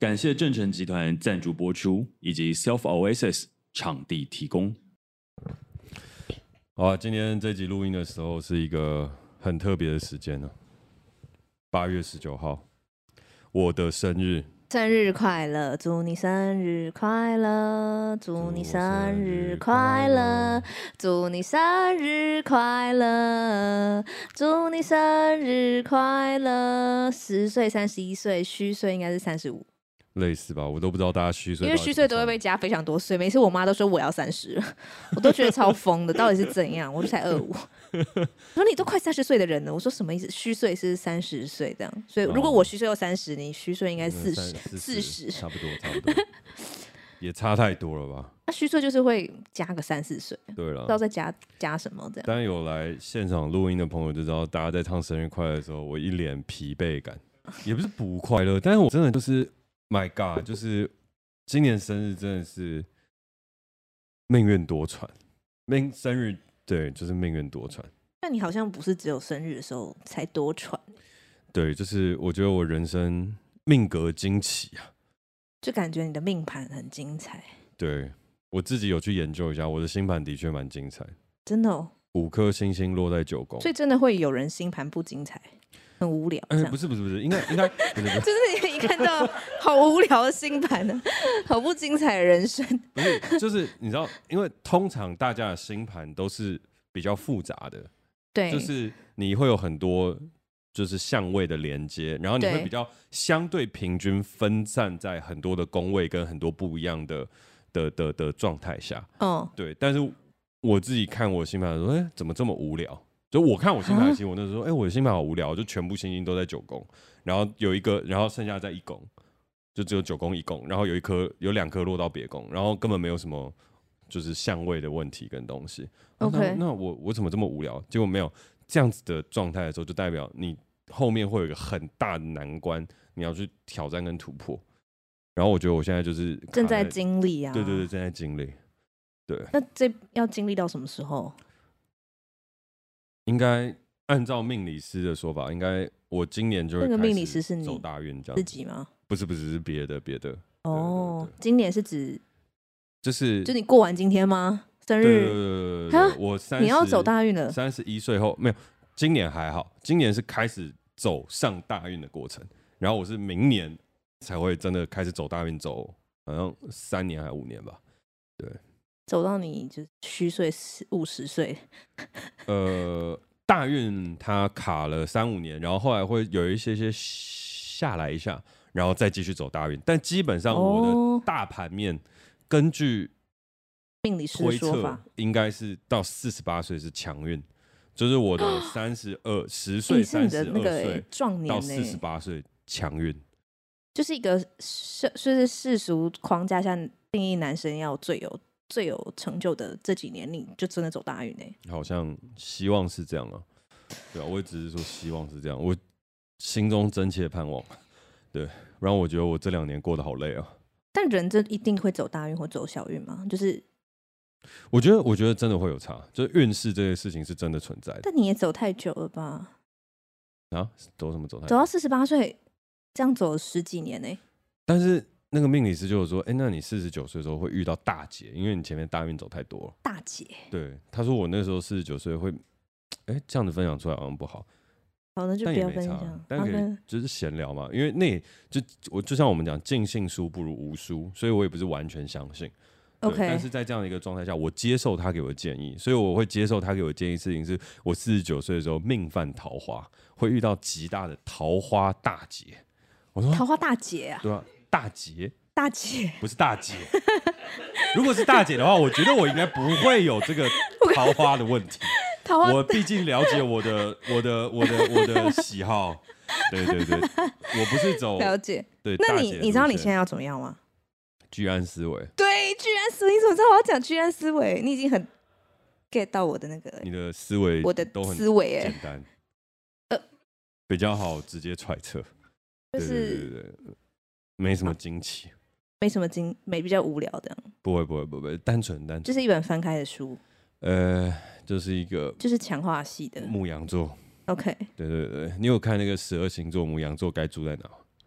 感谢正成集团赞助播出，以及 Self Oasis 场地提供。 好啊，今天这集录音的时候是一个很特别的时间呢，8月19号，我的生日。 生日快乐，祝你生日快乐，祝你生日快乐，祝你生日快乐，祝你生日快乐。10岁、31岁，虚岁应该是35。 类似吧，我都不知道大家虚岁， 因为虚岁都会被加非常多岁，每次我妈都说我要30了，我都觉得超疯的，到底是怎样？我就才25，说你都快30岁的人了，我说什么意思？虚岁是30岁这样，所以如果我虚岁又30，你虚岁应该40， 差不多，也差太多了吧？ 那虚岁就是会加个3、4岁， 对了， 不知道再加什么这样。 当然有来现场录音的朋友就知道，大家在唱生日快乐的时候，我一脸疲惫感，也不是不快乐，但是我真的就是。My God， 就是今年生日真的是命运多舛，生日对，就是命运多舛。 那你好像不是只有生日的时候才多舛， 对，就是我觉得我人生命格惊奇啊， 就感觉你的命盘很精彩。 对我自己有去研究一下，我的星盘的确蛮精彩， 真的哦 ，5颗星星落在9宫， 所以真的会有人星盘不精彩。很无聊， 不是，应该不是， 就是你一看到好无聊的星盘呢，好不精彩的人生。 不是，就是你知道，因为通常大家的星盘都是比较复杂的， 对， 就是你会有很多就是相位的连接，然后你会比较相对平均分散在很多的宫位跟很多不一样的状态下，对。但是我自己看我星盘的时候，怎么这么无聊？就我看我星盘的时候，我那时候我的星盘好无聊，就全部星星都在9宫，然后有一个，然后剩下在1宫，就只有9宫1宫，然后有2颗落到别宫，然后根本没有什么就是相位的问题跟东西。 OK， 那我怎么这么无聊？结果没有这样子的状态的时候，就代表你后面会有一个很大的难关，你要去挑战跟突破。然后我觉得我现在就是正在经历啊， 对，正在经历。对， 那这要经历到什么时候？ 应该按照命理师的说法，应该我今年就会那个命理师是你走大运这样自己吗？ 不是是别的哦。今年是指就你过完今天吗？生日？ 对，我你要走大运了。 31岁后没有，今年还好，今年是开始走上大运的过程，然后我是明年才会真的开始走大运，走好像3年还5年吧，对。 走到你就虚岁50岁， 大运它卡了3、5年，然后后来会有一些下来一下，然后再继续走大运。但基本上我的大盘面，根据命理师的说法， 应该是到48岁是强运，就是我的10岁、32岁壮年到48岁强运， 就是一个是世俗框架下定义男生要最有成就的这几年，你就真的走大运好像希望是这样啊，对啊，我也只是说希望是这样，我心中真切盼望，对，不然我觉得我这2年过得好累啊。 但人真一定会走大运或走小运吗？就是我觉得真的会有差，就是运势这件事情是真的存在的。 但你也走太久了吧？ 啊，走什么走太久？ 走到48岁，这样走了10几年但是那个命理师就有说，那你49岁的时候会遇到大劫，因为你前面大运走太多了。 大劫？ 对，他说我那时候49岁会，这样子分享出来好像不好。 好，那就不要分享。 但可以就是闲聊嘛，因为就像我们讲，尽信书不如无书，所以我也不是完全相信。 OK， 但是在这样的一个状态下，我接受他给我的建议，所以我会接受他给我的建议。事情是我49岁的时候命犯桃花，会遇到极大的桃花大劫。我说桃花大劫啊？ 对啊。大劫不是大姐，如果是大姐的话，我觉得我应该不会有这个桃花的问题。我毕竟了解我的喜好，对，我不是走了解。 对， 那你知道你现在要怎么样吗？ 居安思危。 对，居安思危。你怎么知道我要讲居安思危？你已经很 get 到我的那个， 你的思维， 我的思维简单，比较好直接揣测， 就是对，没什么惊奇， 没什么比较无聊的。 不会，单纯， 就是一本翻开的书。 就是一个就是强化系的牧羊座。 OK， 对，你有看那个12星座牧羊座该住在哪？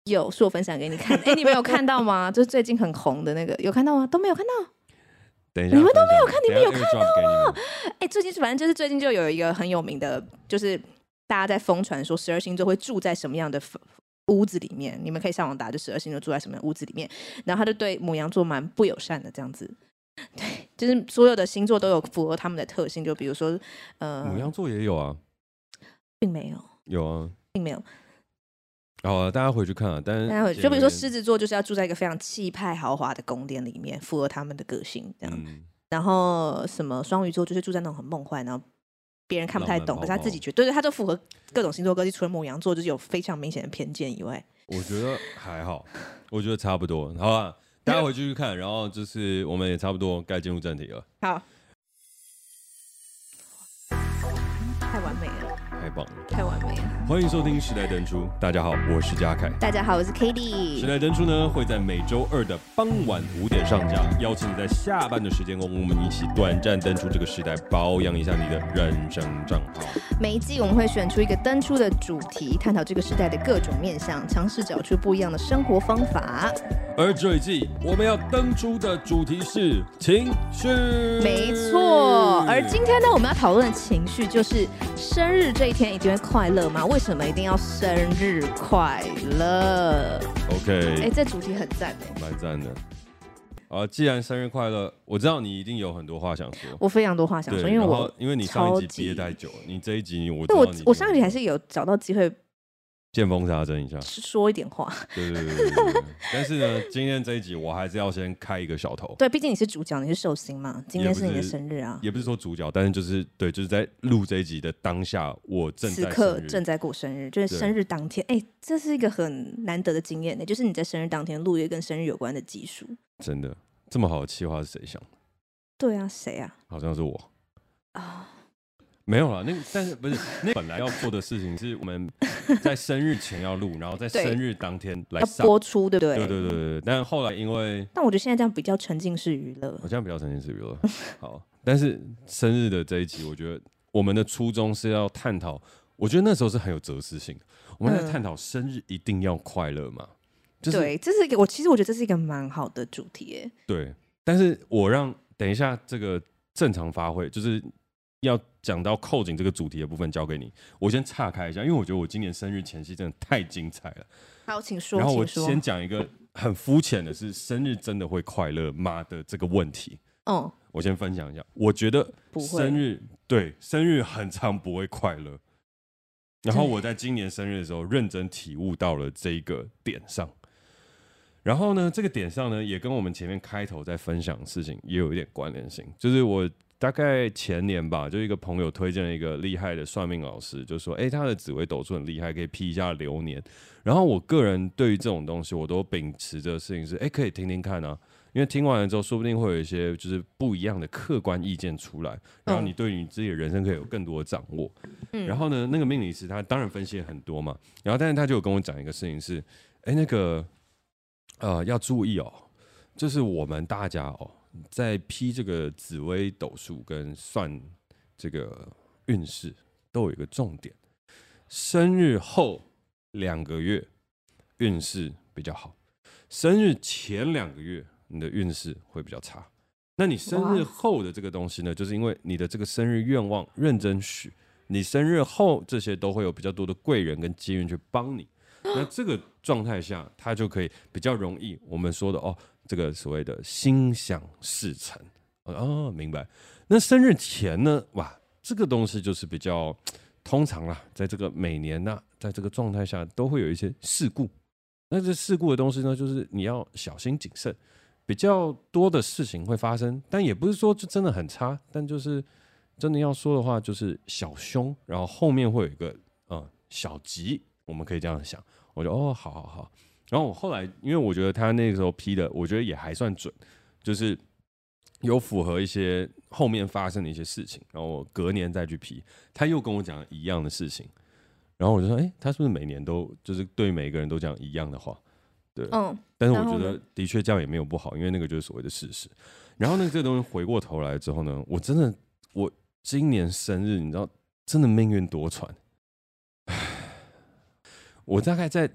有，是我分享给你看。你们有看到吗？就是最近很红的那个，有看到吗？都没有看到。 等一下， 你们都没有看，你们有看到吗？ 最近反正就是最近就有一个很有名的，就是大家在疯传说12星座会住在什么样的屋子里面，你们可以上网打，就12星座住在什么样的屋子里面。然后他就对牡羊座蛮不友善的这样子。对，就是所有的星座都有符合他们的特性，就比如说牡羊座也有啊， 并没有， 有啊， 并没有。 好啊，大家回去看啊。但是就比如说狮子座就是要住在一个非常气派豪华的宫殿里面，符合他们的个性这样。然后什么双鱼座就是住在那种很梦幻，然后别人看不太懂，可是他自己觉得对，他都符合各种星座个性。除了牡羊座就是有非常明显的偏见以外， 我觉得还好，我觉得差不多。好吧，大家回去看，然后就是我们也差不多该进入正题了。 好，太完美了。 太棒了， 太完美了！ 欢迎收听时代登出，大家好，我是嘉凯。 大家好，我是 Katie。 时代登出呢会在每周2的傍晚5点上架，邀请你在下班的时间跟我们一起短暂登出这个时代，保养一下你的人生账号。 每一季我们会选出一个登出的主题，探讨这个时代的各种面向，尝试找出不一样的生活方法。 而这一季我们要登出的主题是情绪， 没错。而今天呢，我们要讨论的情绪就是生日这一天一定会快乐吗？为什么一定要生日快乐 ？OK， 这主题很赞蛮赞的。既然生日快乐，我知道你一定有很多话想说。 我非常多话想说， 因为你上一集憋太久，你这一集我上一集还是有找到机会。 见缝插针一下， 说一点话。 对。但是呢，今天这一集我还是要先开一个小头。 对，毕竟你是主角，你是寿星嘛，今天是你的生日啊。 也不是说主角，但是就是在录这一集的当下，我此刻正在过生日，就是生日当天。这是一个很难得的经验呢，就是你在生日当天录一个跟生日有关的集数。 真的，这么好的企划是谁想的？ 对啊，谁啊？ 好像是我啊。没有啦，但是不是那本来要做的事情是我们在生日前要录，然后在生日当天来上播出，对不对？ 对。但后来但我觉得现在这样比较沉浸式娱乐。 我现在比较沉浸式娱乐。好，但是生日的这一集，我觉得我们的初衷是要探讨，我觉得那时候是很有哲思性的。我们在探讨生日一定要快乐吗？ 对，这是一个其实我觉得这是一个蛮好的主题耶。 对，但是等一下这个正常发挥就是。要讲到扣紧这个主题的部分交给你，我先岔开一下，因为我觉得我今年生日前夕真的太精彩了。 好，请说。 然后我先讲一个很肤浅的是，生日真的会快乐吗的这个问题。我先分享一下，我觉得生日很常不会快乐。然后我在今年生日的时候认真体悟到了这一个点上。然后呢，这个点上呢，也跟我们前面开头在分享的事情也有一点关联性，就是我。大概前年吧，就一个朋友推荐了一个厉害的算命老师，就说：“他的紫微斗数很厉害，可以批一下流年。”然后我个人对于这种东西，我都秉持着事情是：可以听听看啊，因为听完了之后，说不定会有一些就是不一样的客观意见出来，然后你对你自己的人生可以有更多的掌握。然后呢，那个命理师他当然分析了很多嘛，然后但是他就有跟我讲一个事情是：要注意哦，就是我们大家哦。在批这个紫微斗数跟算这个运势都有一个重点，生日后2个月运势比较好，生日前2个月你的运势会比较差。那你生日后的这个东西呢，就是因为你的这个生日愿望认真许，你生日后这些都会有比较多的贵人跟机运去帮你。那这个状态下，它就可以比较容易我们说的这个所谓的心想事成。明白。那生日前呢，这个东西就是比较通常啦，在这个每年呢，在这个状态下都会有一些事故。那这事故的东西呢，就是你要小心谨慎，比较多的事情会发生，但也不是说就真的很差，但就是真的要说的话，就是小凶，然后后面会有一个小吉，我们可以这样想。我就好。然后我后来，因为我觉得他那个时候批的，我觉得也还算准，就是有符合一些后面发生的一些事情。然后我隔年再去批，他又跟我讲一样的事情，然后我就说，他是不是每年都就是对每个人都讲一样的话？对，但是我觉得的确这样也没有不好，因为那个就是所谓的事实。然后呢，这个东西回过头来之后呢，我今年生日，你知道，真的命运多舛。我大概在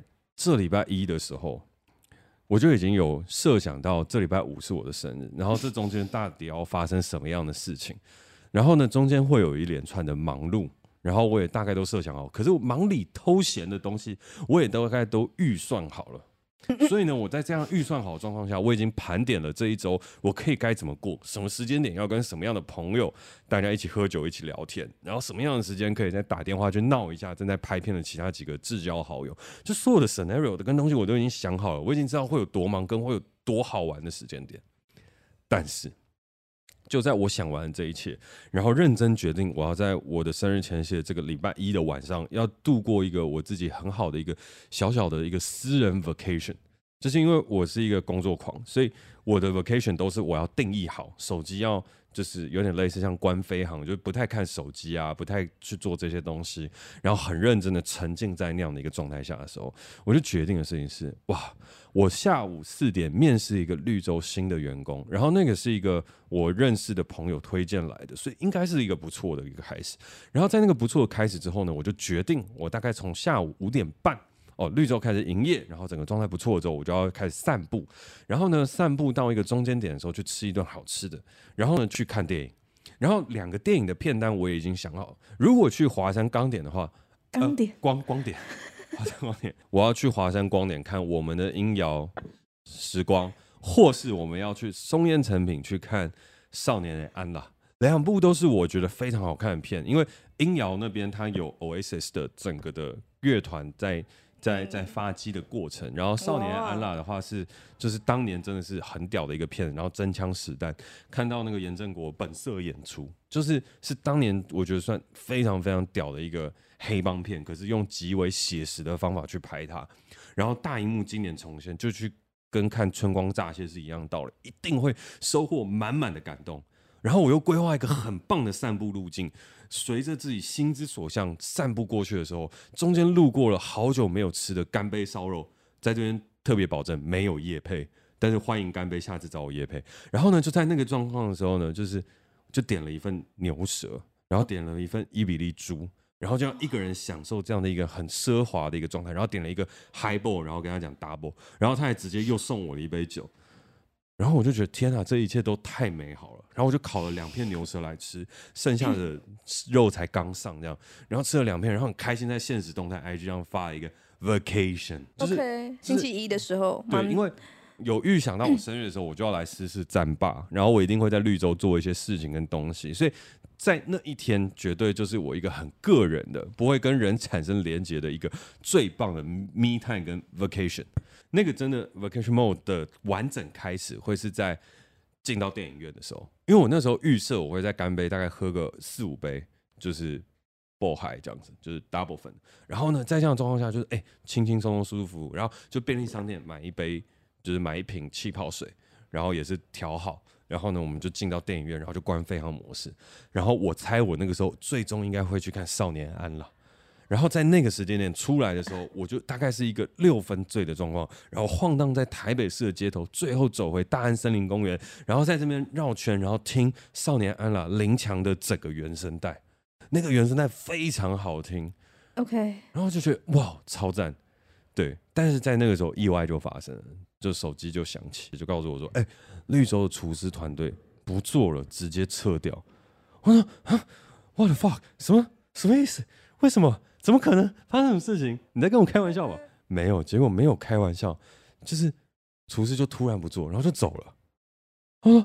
这礼拜一的时候，我就已经有设想到这礼拜五是我的生日，然后这中间到底要发生什么样的事情，然后呢，中间会有一连串的忙碌，然后我也大概都设想好，可是忙里偷闲的东西，我也大概都预算好了。所以呢，我在这样预算好的状况下，我已经盘点了这一周我可以该怎么过，什么时间点要跟什么样的朋友大家一起喝酒一起聊天，然后什么样的时间可以再打电话去闹一下正在拍片的其他几个至交好友，就所有的 scenario 的跟东西我都已经想好了，我已经知道会有多忙跟会有多好玩的时间点。但是就在我想完这一切，然后认真决定我要在我的生日前夕的这个礼拜一的晚上，要度过一个我自己很好的一个小小的一个私人 vacation。就是因为我是一个工作狂，所以我的 vacation 都是我要定义好，手机要就是有点类似像关飞航，就不太看手机啊，不太去做这些东西，然后很认真的沉浸在那样的一个状态下的时候，我就决定的事情是，哇，我下午4点面试一个绿洲新的员工，然后那个是一个我认识的朋友推荐来的，所以应该是一个不错的一个开始。然后在那个不错的开始之后呢，我就决定我大概从下午5点半。绿洲开始营业，然后整个状态不错之后，我就要开始散步。然后呢，散步到一个中间点的时候，去吃一顿好吃的。然后呢，去看电影。然后2个电影的片单我也已经想好。如果去华山钢点的话， 光点， 华山光点，我要去华山光点看我们的音摇时光，或是我们要去松烟成品去看少年的安啦。2部都是我觉得非常好看的片，因为音摇那边它有 Oasis 的整个的乐团在发迹的过程，然后少年安娜的话就是当年真的是很屌的一个片，然后真枪实弹，看到那个严正国本色演出，是当年我觉得算非常非常屌的一个黑帮片，可是用极为写实的方法去拍它，然后大荧幕今年重现，就去跟看春光乍泄是一样的道理，一定会收获满满的感动。然后我又规划一个很棒的散步路径，随着自己心之所向散步过去的时候，中间路过了好久没有吃的干杯烧肉，在这边特别保证没有业配，但是欢迎干杯下次找我业配。然后呢，就在那个状况的时候呢，就点了一份牛舌，然后点了一份伊比利猪，然后就让一个人享受这样的一个很奢华的一个状态，然后点了一个 highball， 然后跟他讲 double， 然后他还直接又送我了一杯酒。然后我就觉得天啊，这一切都太美好了。然后我就烤了2片牛舌来吃，剩下的肉才刚上这样。然后吃了2片，然后很开心在现实动态 IG 上发了一个 vacation， OK， 星期一的时候， 对，因为有预想到我生日的时候，我就要来试试战霸，然后我一定会在绿洲做一些事情跟东西，所以在那一天绝对就是我一个很个人的，不会跟人产生连结的一个最棒的 me time 跟 vacation。那个真的 vacation mode 的完整开始会是在进到电影院的时候，因为我那时候预设我会在干杯大概喝个4-5杯，就是爆嗨这样子，就是 double 粉。然后呢，在这样的状况下，就是轻轻松松、舒舒服服，然后就便利商店买一杯，就是买一瓶气泡水，然后也是调好。然后呢，我们就进到电影院，然后就关飞航模式。然后我猜我那个时候最终应该会去看少年安了。然后在那个时间点出来的时候，我就大概是一个6分醉的状况，然后晃荡在台北市的街头，最后走回大安森林公园，然后在这边绕圈，然后听少年安啦林强的整个原声带，那个原声带非常好听 ，OK， 然后就觉得哇超赞，对，但是在那个时候意外就发生了，就手机就响起，就告诉我说，绿洲的厨师团队不做了，直接撤掉。我说啊 ，What the fuck， 什么意思？为什么？怎么可能发生什么事情？你在跟我开玩笑吧？没有，结果没有开玩笑，就是厨师就突然不做，然后就走了。我说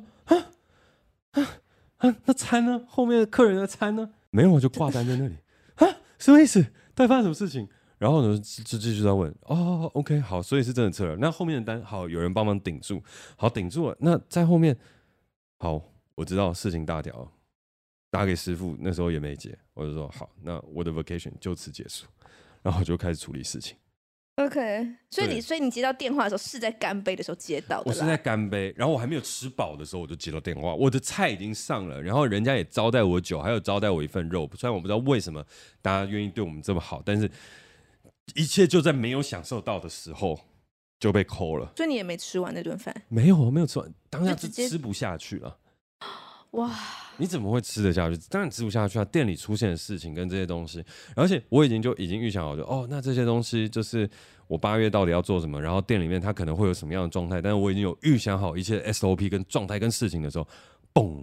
那餐呢？后面客人的餐呢？没有，我就挂单在那里。什么意思？到底发生什么事情？然后呢，就继续在问。OK， 好，所以是真的撤了。那后面的单好，有人帮忙顶住，好顶住了。那在后面，好，我知道事情大条了。打给师傅，那时候也没接，我就说好，那我的 vacation 就此结束，然后我就开始处理事情。 OK， 所以你接到电话的时候是在干杯的时候接到的？ 我是在干杯，然后我还没有吃饱的时候我就接到电话，我的菜已经上了，然后人家也招待我酒，还有招待我一份肉。虽然我不知道为什么大家愿意对我们这么好，但是一切就在没有享受到的时候就被扣了。 所以你也没吃完那顿饭？ 没有吃完，当下就吃不下去了。 哇！ 你怎么会吃得下去？当然吃不下去啊！店里出现的事情跟这些东西，而且我已经预想好就那这些东西就是我8月到底要做什么，然后店里面它可能会有什么样的状态，但是我已经有预想好一切 SOP 跟状态跟事情的时候，嘣，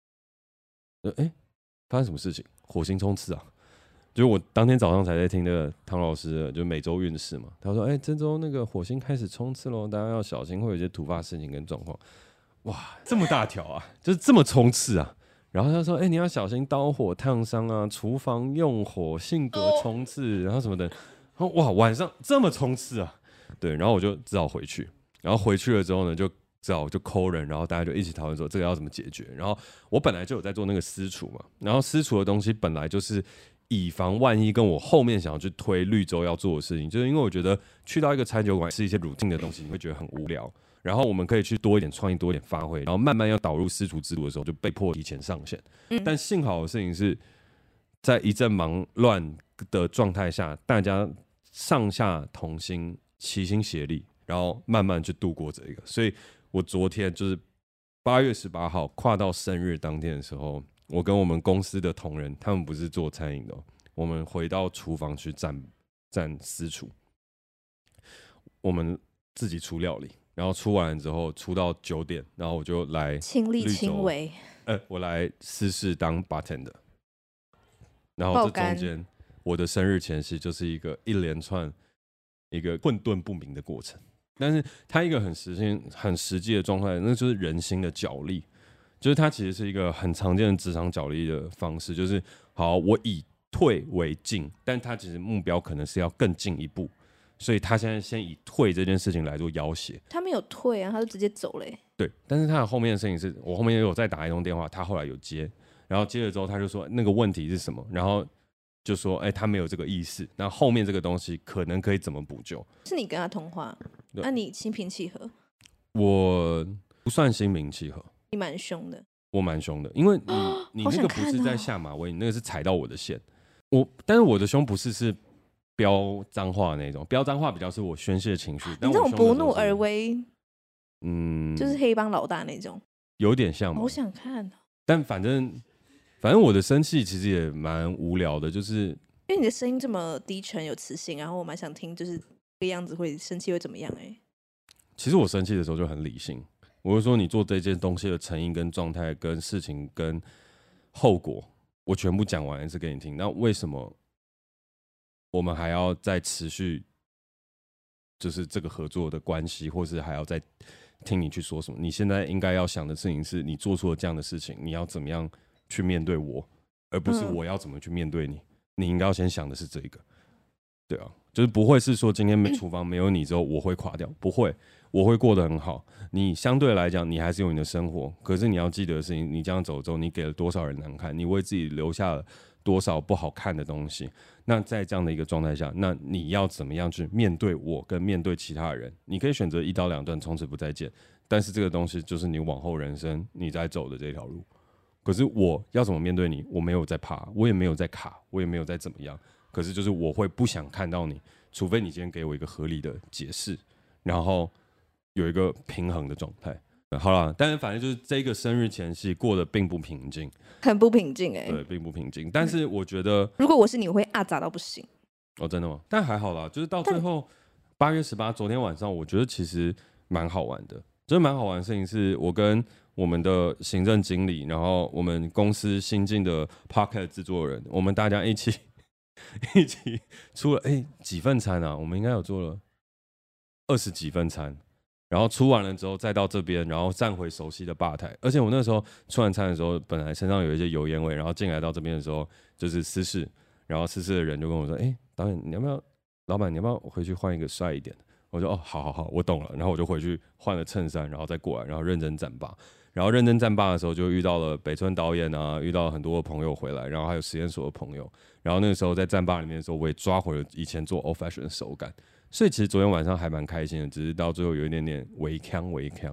发生什么事情？火星冲刺啊！就是我当天早上才在听那个汤老师的，就是每周运势嘛。他说：“这周那个火星开始冲刺咯，大家要小心，会有一些突发事情跟状况。”哇，这么大条啊，就是这么冲刺啊！然后他说：“你要小心刀火烫伤啊，厨房用火，性格冲刺，然后什么的。”哇，晚上这么冲刺啊！对，然后我就只好回去。然后回去了之后呢，就只好就 call 人，然后大家就一起讨论说这个要怎么解决。然后我本来就有在做那个私厨嘛，然后私厨的东西本来就是以防万一，跟我后面想要去推绿洲要做的事情，就是因为我觉得去到一个餐酒馆吃一些 routine 的东西，你会觉得很无聊。然后我们可以去多一点创意，多一点发挥，然后慢慢要导入私厨制度的时候，就被迫提前上线。但幸好的事情是，在一阵忙乱的状态下，大家上下同心，齐心协力，然后慢慢去度过这个。所以我昨天就是8月18号跨到生日当天的时候，我跟我们公司的同仁，他们不是做餐饮的，我们回到厨房去站私厨，我们自己出料理。然后出完了之后，出到9点，然后我就来亲力亲为， 我来私事当 bartender。然后这中间，我的生日前夕就是一连串一个混沌不明的过程。但是它一个很实际的状态，那就是人心的角力，就是它其实是一个很常见的职场角力的方式，就是好，我以退为进，但它其实目标可能是要更进一步。所以他现在先以退这件事情来做要挟， 他没有退啊，他就直接走了。 对，但是他的后面的事情是我后面有再打一通电话，他后来有接，然后接了之后他就说那个问题是什么，然后就说他没有这个意思，那后面这个东西可能可以怎么补救？ 是你跟他通话，那你心平气和？ 我不算心平气和， 你蛮凶的， 我蛮凶的，因为你那个不是在下马威，你那个是踩到我的线，但是我的凶不是飙脏话那种，飙脏话比较是我宣泄情绪。 你这种不怒而威，就是黑帮老大那种， 有点像吗？ 我想看。 但反正我的生气其实也蛮无聊的，就是因为你的声音这么低沉有磁性，然后我蛮想听，就是这个样子会生气会怎么样？ 其实我生气的时候就很理性，我就说你做这件东西的成因跟状态跟事情跟后果，我全部讲完一次给你听。那为什么我们还要再持续，就是这个合作的关系，或是还要再听你去说什么？你现在应该要想的事情是，你做出了这样的事情，你要怎么样去面对我，而不是我要怎么去面对你。你应该要先想的是这个，对啊，就是不会是说今天厨房没有你之后我会垮掉，不会，我会过得很好。你相对来讲，你还是有你的生活，可是你要记得的事情，你这样走之后，你给了多少人难看，你为自己留下了多少不好看的东西。那在这样的一个状态下，那你要怎么样去面对我跟面对其他人？你可以选择一刀两断，从此不再见，但是这个东西就是你往后人生你在走的这条路。可是我要怎么面对你？我没有在怕，我也没有在卡，我也没有在怎么样。可是就是我会不想看到你，除非你今天给我一个合理的解释，然后有一个平衡的状态。好啦，但是反正就是这个生日前夕过得并不平静， 很不平静对，并不平静。但是我觉得， 如果我是你，我会咋到不行。 哦，真的吗？但还好啦，就是到最后8月18，昨天晚上，我觉得其实蛮好玩的。就是蛮好玩的事情是，我跟我们的行政经理，然后我们公司新进的 Podcast 制作人，我们大家一起出了几份餐啊？我们应该有做了20几份餐。然后出完了之后，再到这边，然后站回熟悉的吧台。而且我那时候出完餐的时候，本来身上有一些油烟味，然后进来到这边的时候，就是私事，然后私事的人就跟我说：“导演，你要不要？老板，你要不要回去换一个帅一点的？”我说：“哦，好，我懂了。”然后我就回去换了衬衫，然后再过来，然后认真站吧。然后认真站吧的时候，就遇到了北村导演啊，遇到了很多的朋友回来，然后还有实验所的朋友。然后那个时候在站吧里面的时候，我也抓回了以前做 old fashion 的手感。所以其实昨天晚上还蛮开心的，只是到最后有一点点微呛。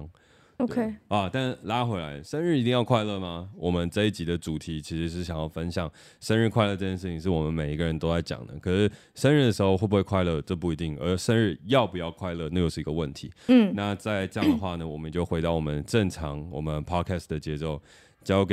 OK 啊，但拉回来，生日一定要快乐吗？我们这一集的主题其实是想要分享生日快乐这件事情，是我们每一个人都在讲的。可是生日的时候会不会快乐，这不一定；而生日要不要快乐，那又是一个问题。那在这样的话呢，我们就回到我们正常我们 podcast 的节奏，交给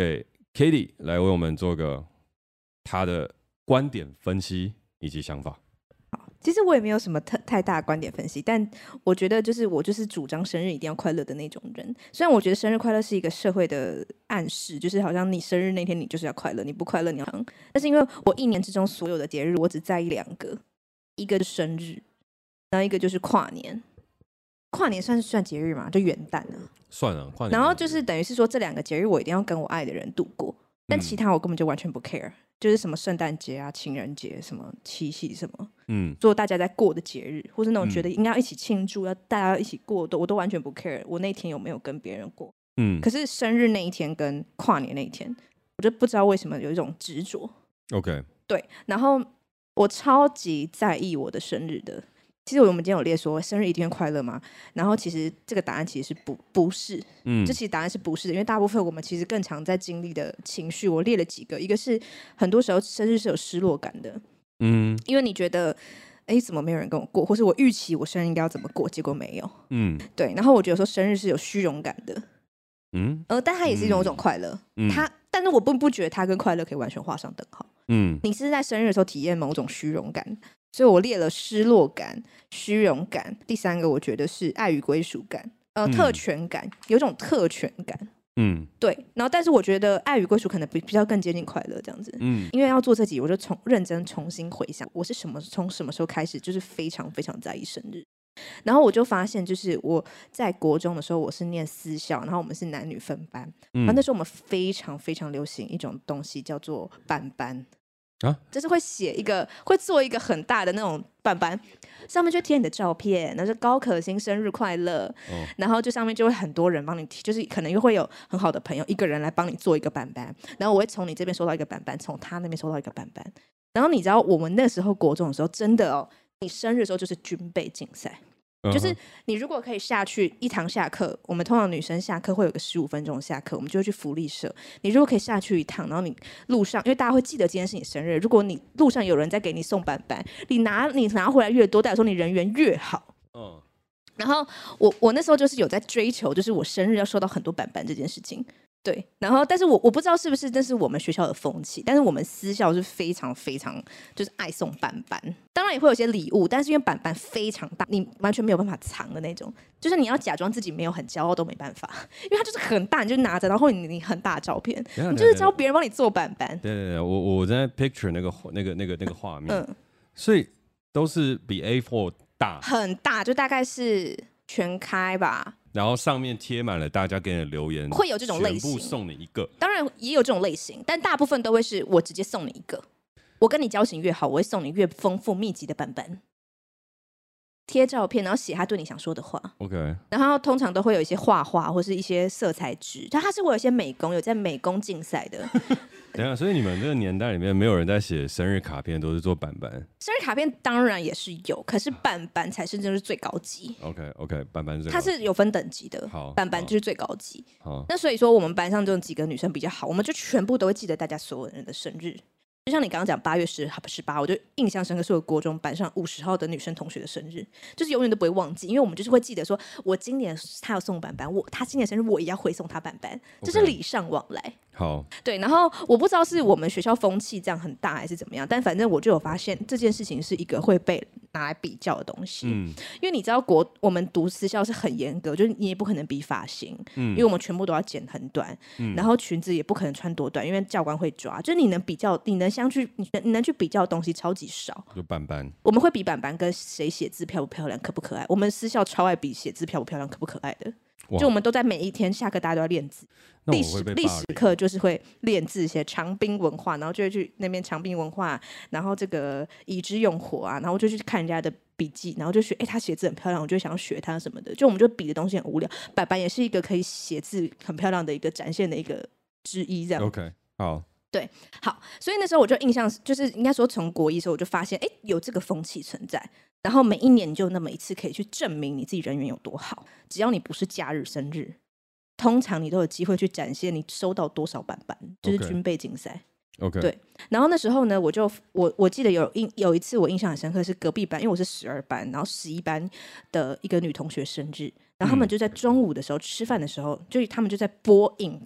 Katie 来为我们做个她的观点分析以及想法。 其实我也没有什么太大的观点分析，但我觉得我就是主张生日一定要快乐的那种人。虽然我觉得生日快乐是一个社会的暗示，就是好像你生日那天你就是要快乐，你不快乐你要忙。但是因为我一年之中所有的节日我只在意2个，一个是生日，然后一个就是跨年。跨年算节日嘛，就元旦啊， 算了，跨年。 然后就是等于是说这2个节日我一定要跟我爱的人度过，但其他我根本就完全不 care。就是什么圣诞节啊、情人节、什么七夕什么，做大家在过的节日，或是那种觉得应该要一起庆祝、要大家一起过，我都完全不 care。我那天有没有跟别人过？可是生日那一天跟跨年那一天，我就不知道为什么有一种执着。 OK， 对，然后我超级在意我的生日的。其实我们今天有列说生日一定会快乐吗？然后其实这个答案其实是不是，这其实答案是不是的，因为大部分我们其实更常在经历的情绪，我列了几个，一个是很多时候生日是有失落感的，因为你觉得怎么没有人跟我过，或是我预期我生日应该要怎么过，结果没有，对，然后我觉得说生日是有虚荣感的，但它也是一种快乐，但是我不觉得它跟快乐可以完全画上等号，你是在生日的时候体验某种虚荣感。所以我列了失落感、虚荣感，第3个我觉得是爱与归属感，特权感，有种特权感，对。然后但是我觉得爱与归属可能比较更接近快乐这样子，因为要做这集，我就认真重新回想，我是从什么时候开始就是非常非常在意生日。然后我就发现，就是我在国中的时候，我是念私校，然后我们是男女分班，然后那时候我们非常非常流行一种东西叫做班班。就是会做一个很大的那种板板，上面就贴你的照片，然后就高可欣生日快乐，然后就上面就会很多人帮你贴，就是可能又会有很好的朋友一个人来帮你做一个板板，然后我会从你这边收到一个板板，从他那边收到一个板板，然后你知道我们那时候国中的时候真的你生日的时候就是军备竞赛。就是你如果可以下去一堂下课，我们通常女生下课会有个15分钟的下课，我们就会去福利社。你如果可以下去一趟，然后你路上，因为大家会记得今天是你生日，如果你路上有人在给你送板板，你拿回来越多，代表说你人缘越好。然后我那时候就是有在追求，就是我生日要收到很多板板这件事情。对，然后但是我不知道是不是这是我们学校的风气，但是我们私校是非常非常就是爱送板板，当然也会有些礼物，但是因为板板非常大，你完全没有办法藏的那种，就是你要假装自己没有很骄傲都没办法，因为它就是很大，你就拿着，然后你很大的照片，你就是教别人帮你做板板。 对，我在 picture 那个画面，所以都是比 A4 大， 很大，就大概是全开吧。 然后上面贴满了大家给你的留言， 会有这种类型， 全部送你一个。 当然也有这种类型，但大部分都会是我直接送你一个。我跟你交情越好，我会送你越丰富密集的板板，贴照片，然后写他对你想说的话。 OK。 然后通常都会有一些画画或是一些色彩纸，它是会有一些美工，有在美工竞赛的。 等一下，所以你们这个年代里面没有人在写生日卡片，都是做板板。 生日卡片当然也是有，可是板板才是真的是最高级。 OK， 板板是最高级， 它是有分等级的。 好， 板板就是最高级。好，那所以说我们班上这种几个女生比较好，我们就全部都会记得大家所有人的生日。就像你刚刚讲8月18，我就印象深刻，是我国中班上50号的女生同学的生日，就是永远都不会忘记，因为我们就是会记得说，我今年她要送板板，她今年生日我也要回送她板板，就是礼尚往来。 好， 对，然后我不知道是我们学校风气这样很大还是怎么样，但反正我就有发现这件事情是一个会被拿来比较的东西。因为你知道我们读私校是很严格，就是你也不可能比发型，因为我们全部都要剪很短，然后裙子也不可能穿多短，因为教官会抓。就是你能比较，你能去比较的东西超级少。 就板板， 我们会比板板跟谁写字漂不漂亮、可不可爱。我们私校超爱比写字漂不漂亮、可不可爱的。就我们都在每一天下课，大家都要练字。历史课就是会练字，写长滨文化，然后就会去那边长滨文化，然后这个已知用火啊，然后就去看人家的笔记，然后就学，他写字很漂亮，我就想要学他什么的。就我们就比的东西很无聊，板板也是一个可以写字很漂亮的一个展现的一个之一，这样。 OK， 好。 对，好，所以那时候我就印象就是应该说从国一的时候我就发现，有这个风气存在，然后每一年你就那么一次可以去证明你自己人缘有多好，只要你不是假日生日，通常你都有机会去展现你收到多少板板，就是军备竞赛。 OK， 对，然后那时候呢，我记得有一次我印象很深刻，是隔壁班，因为我是12班，然后11班的一个女同学生日，然后他们就在中午的时候吃饭的时候，就他们就在播影片，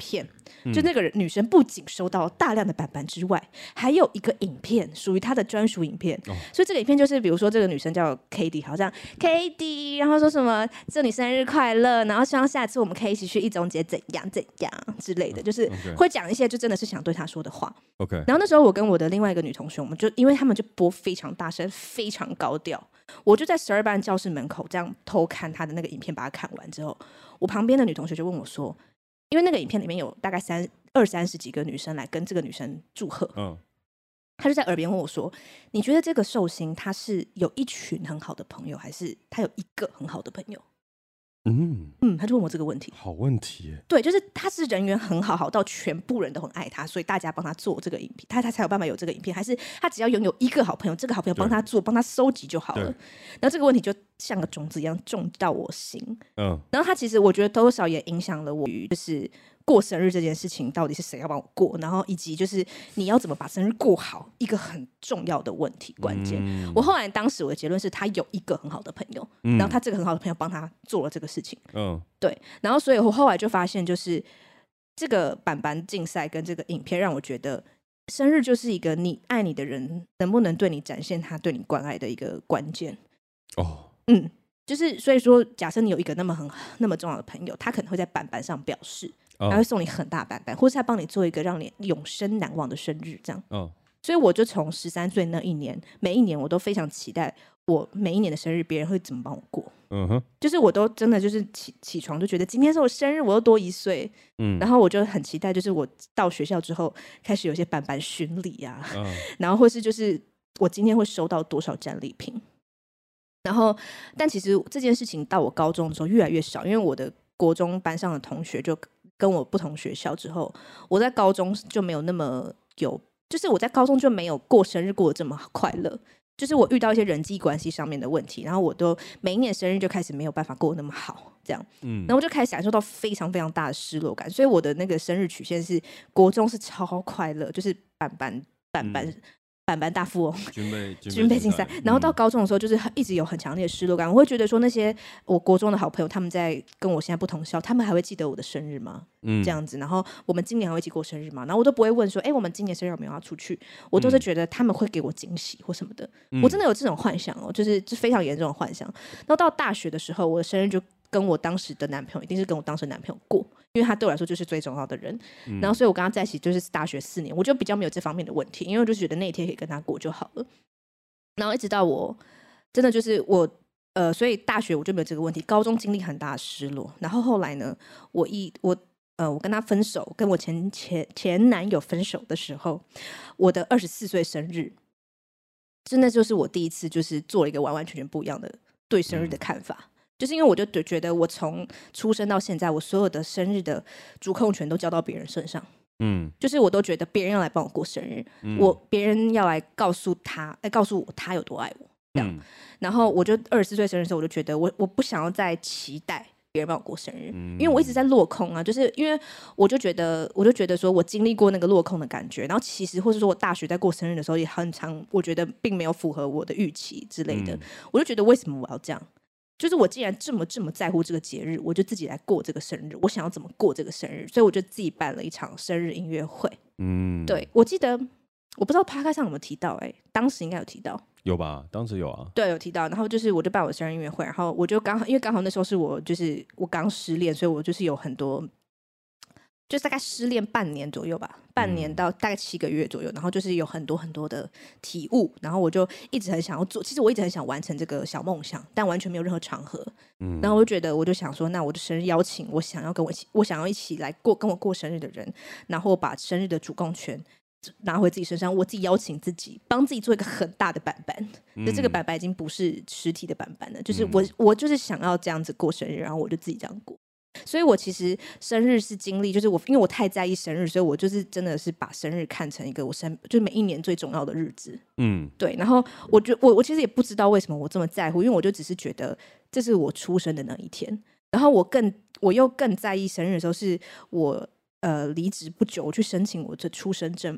就那个女生不仅收到大量的板板之外，还有一个影片属于她的专属影片。所以这个影片就是比如说这个女生叫 Katie， 好像 Katie， 然后说什么祝你生日快乐，然后希望下次我们可以一起去一中街怎样怎样之类的，就是会讲一些就真的是想对她说的话。然后那时候我跟我的另外一个女同学，我们就因为他们就播非常大声非常高调，我就在12班教室门口这样偷看她的那个影片，把她看完之后，我旁边的女同学就问我说，因为那个影片里面有大概20-30几个女生来跟这个女生祝贺，她就在耳边问我说，你觉得这个寿星他是有一群很好的朋友，还是他有一个很好的朋友？他就问我这个问题。 好问题耶。 对，就是他是人缘很好到全部人都很爱他，所以大家帮他做这个影片，他才有办法有这个影片，还是他只要拥有一个好朋友，这个好朋友帮他做帮他收集就好了。然后这个问题就像个种子一样种到我心。然后他其实我觉得多少也影响了我，就是过生日这件事情到底是谁要帮我过，然后以及就是你要怎么把生日过好，一个很重要的问题关键。我后来当时我的结论是他有一个很好的朋友，然后他这个很好的朋友帮他做了这个事情。对，然后所以我后来就发现，就是这个板板竞赛跟这个影片让我觉得，生日就是一个你爱你的人能不能对你展现他对你关爱的一个关键。就是所以说，假设你有一个那么重要的朋友，他可能会在板板上表示，他会送你很大板板，或是他帮你做一个让你永生难忘的生日，这样。所以我就从13岁那一年，每一年我都非常期待，我每一年的生日别人会怎么帮我过。就是我都真的就是起床就觉得今天是我生日，我又多1岁。然后我就很期待，就是我到学校之后开始有些板板巡礼啊，然后或是就是我今天会收到多少战利品。然后但其实这件事情到我高中的时候越来越少，因为我的国中班上的同学就跟我不同学校之后，我在高中就没有那么有，就是我在高中就没有过生日过得这么快乐，就是我遇到一些人际关系上面的问题，然后我都每一年生日就开始没有办法过得那么好，这样。然后我就开始感受到非常非常大的失落感，所以我的那个生日曲线是国中是超快乐，就是板板大富翁军备竞赛，然后到高中的时候就是一直有很强烈的失落感。我会觉得说，那些我国中的好朋友他们在跟我现在不同校，他们还会记得我的生日吗？这样子，然后我们今年还会一起过生日吗？然后我都不会问说，我们今年生日有没有要出去？我都是觉得他们会给我惊喜或什么的。我真的有这种幻想就是非常严重的幻想。然后到大学的时候，我的生日就跟我当时的男朋友，一定是跟我当时的男朋友过，因为他对我来说就是最重要的人。然后所以我跟他在一起就是大学4年，我就比较没有这方面的问题，因为我就觉得那一天可以跟他过就好了。然后一直到我真的就是我所以大学我就没有这个问题，高中经历很大的失落。然后后来呢，我跟他分手，跟我前男友分手的时候，我的24岁生日，真的就是我第一次就是做了一个完完全全不一样的对生日的看法。就是因为我就觉得我从出生到现在，我所有的生日的主控权都交到别人身上。就是我都觉得别人要来帮我过生日，别人要来告诉我他有多爱我这样。然后我就24岁生日的时候，我就觉得我不想要再期待别人帮我过生日，因为我一直在落空啊。就是因为我就觉得说我经历过那个落空的感觉，然后其实或是说我大学在过生日的时候也很常，我觉得并没有符合我的预期之类的。我就觉得为什么我要这样？就是我既然这么在乎这个节日，我就自己来过这个生日。我想要怎么过这个生日，所以我就自己办了一场生日音乐会。对，我记得我不知道 Podcast 上有没有提到，当时应该有提到。有吧？当时有啊。 对，有提到。然后就是我就办我的生日音乐会，然后我就因为刚好那时候是我我刚失恋，所以我就是有很多。就大概失恋半年左右吧，半年到大概7个月左右，然后就是有很多很多的体悟，然后我就一直很想要做，其实我一直很想完成这个小梦想，但完全没有任何场合。然后我就想说，那我的生日邀请我想要一起来跟我过生日的人，然后把生日的主控权拿回自己身上，我自己邀请自己，帮自己做一个很大的板板。就这个板板已经不是实体的板板了，就是我就是想要这样子过生日，然后我就自己这样过。所以我其实生日是经历，就是因为我太在意生日，所以我就是真的是把生日看成一个就每一年最重要的日子。对。然后我其实也不知道为什么我这么在乎，因为我就只是觉得这是我出生的那一天。然后我又更在意生日的时候，是我离职不久，我去申请我的出生证明。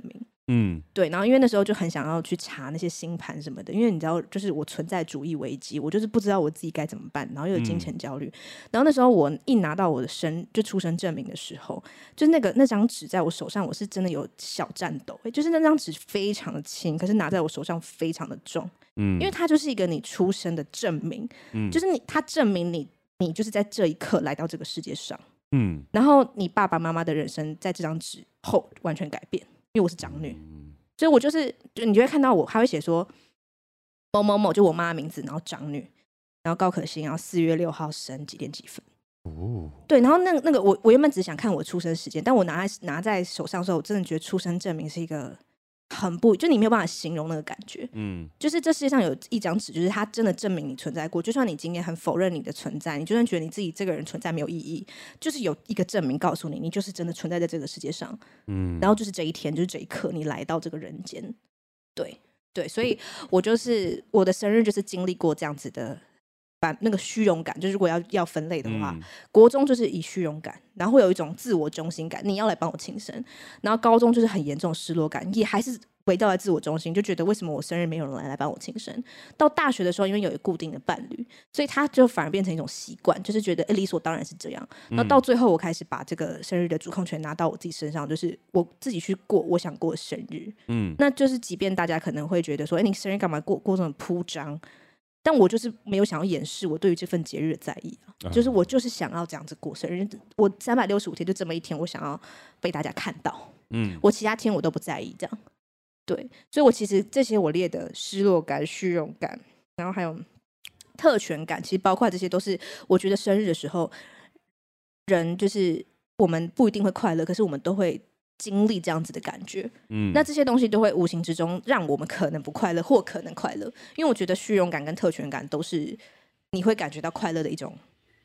对，然后因为那时候就很想要去查那些星盘什么的，因为你知道，就是我存在主义危机，我就是不知道我自己该怎么办，然后又有金钱焦虑。然后那时候我一拿到我的出生证明的时候，就那张纸在我手上，我是真的有小颤抖，就是那张纸非常的轻，可是拿在我手上非常的重，因为它就是一个你出生的证明，就是它证明你就是在这一刻来到这个世界上，然后你爸爸妈妈的人生在这张纸后完全改变。因为我是长女，所以我就你就会看到我，还会写说某某某，就我妈的名字，然后长女，然后高可欣，然后4月6号生几点几分。对，然后那个我原本只想看我出生时间，但我拿在手上的时候，我真的觉得出生证明是一个很就你没有办法形容那个感觉。就是这世界上有一张纸，就是它真的证明你存在过，就算你今天很否认你的存在，你就算觉得你自己这个人存在没有意义，就是有一个证明告诉你，你就是真的存在在这个世界上。然后就是这一天，就是这一刻，你来到这个人间。对，所以我的生日就是经历过这样子的。把那个虚荣感，就是如果要分类的话，国中就是以虚荣感，然后会有一种自我中心感，你要来帮我庆生。然后高中就是很严重的失落感，也还是回到了自我中心，就觉得为什么我生日没有人来帮我庆生。到大学的时候，因为有一个固定的伴侣，所以他就反而变成一种习惯，就是觉得理所当然是这样。然后到最后，我开始把这个生日的主控权拿到我自己身上，就是我自己去过我想过的生日。那就是即便大家可能会觉得说，你生日干嘛过这种铺张？但我就是没有想要掩饰我对于这份节日的在意就是我就是想要这样子过生日，我365天就这么一天，我想要被大家看到，我其他天我都不在意这样，对，所以我其实这些我列的失落感、虚荣感，然后还有特权感，其实包括这些都是我觉得生日的时候，人就是我们不一定会快乐，可是我们都会经历这样子的感觉，那这些东西都会无形之中让我们可能不快乐或可能快乐，因为我觉得虚荣感跟特权感都是你会感觉到快乐的一种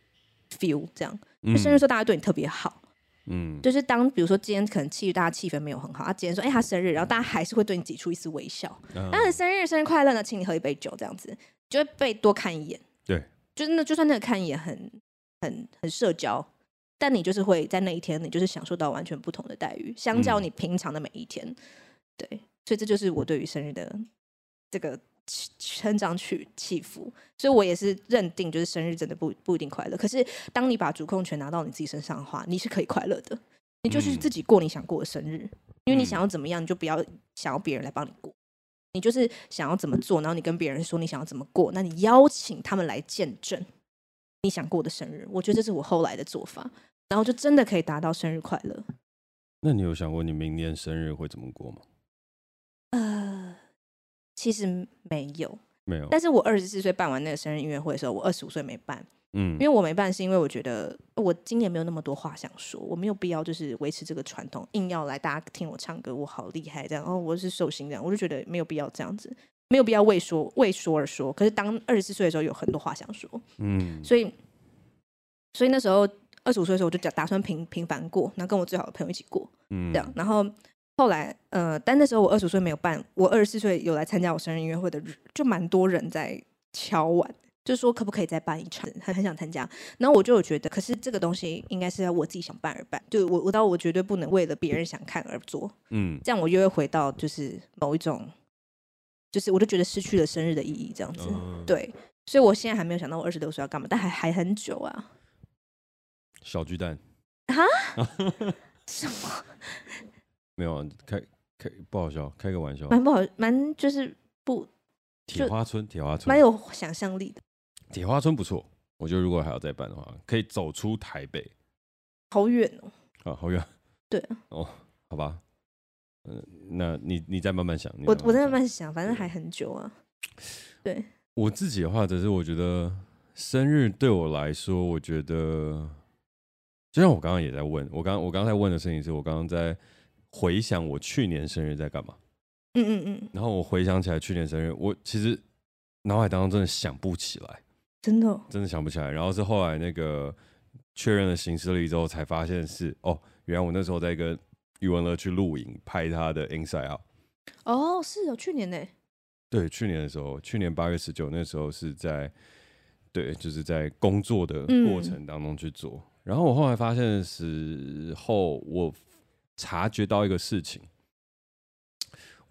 feel， 这样，就生日时候大家对你特别好，就是当比如说今天可能大家气氛没有很好，今天说他生日，然后大家还是会对你挤出一丝微笑，生日快乐呢，请你喝一杯酒，这样子就会被多看一眼， 对， 就是就算那个看一眼很社交。但你就是会在那一天，你就是享受到完全不同的待遇，相较你平常的每一天，对，所以这就是我对于生日的这个成长起伏。所以我也是认定，就是生日真的不一定快乐。可是当你把主控权拿到你自己身上的话，你是可以快乐的。你就是自己过你想过的生日，因为你想要怎么样，你就不要想要别人来帮你过。你就是想要怎么做，然后你跟别人说你想要怎么过，那你邀请他们来见证你想过的生日。我觉得这是我后来的做法。然后就真的可以达到生日快乐。 那你有想过你明年生日会怎么过吗？ 其实没有。但是我24岁办完那个生日音乐会的时候，我25岁没办。因为我没办是因为我觉得我今年没有那么多话想说，我没有必要就是维持这个传统，硬要来大家听我唱歌，我好厉害这样，我是寿星这样，我就觉得没有必要这样子，没有必要为说而说。可是当24岁的时候，有很多话想说，所以那时候。25岁的时候，我就打算平凡过，然后跟我最好的朋友一起过，这样。然后后来，但那时候我25岁没有办，我24岁有来参加我生日音乐会的，就蛮多人在敲碗，就说可不可以再办一场，很想参加。然后我就有觉得，可是这个东西应该是要我自己想办而办，就我绝对不能为了别人想看而做，这样我又会回到就是某一种，就是我就觉得失去了生日的意义，这样子，对。所以我现在还没有想到我26岁要干嘛，但还很久啊。 小巨蛋哈？什么？ 没有啊，开不好笑，开个玩笑。 蛮不好，蛮就是不。 铁花村蛮有想象力的。 铁花村不错，我觉得如果还要再办的话，可以走出台北。 好远哦。 好远。 对啊。 哦，好吧。那你再慢慢想。 我在慢慢想，反正还很久啊。对。 我自己的话，只是我觉得生日对我来说，我觉得。就像我刚刚也在问，我刚才问的事情是我刚刚在回想我去年生日在干嘛。然后我回想起来去年生日，我其实脑海当中真的想不起来，真的想不起来。然后是后来那个确认了行事历之后，才发现是原来我那时候在跟余文乐去录影拍他的 Inside Out。 是哦，去年呢？ 对，去年的时候，去年8月19那时候是在就是在工作的过程当中去做。然后我后来发现的时候，我察觉到一个事情，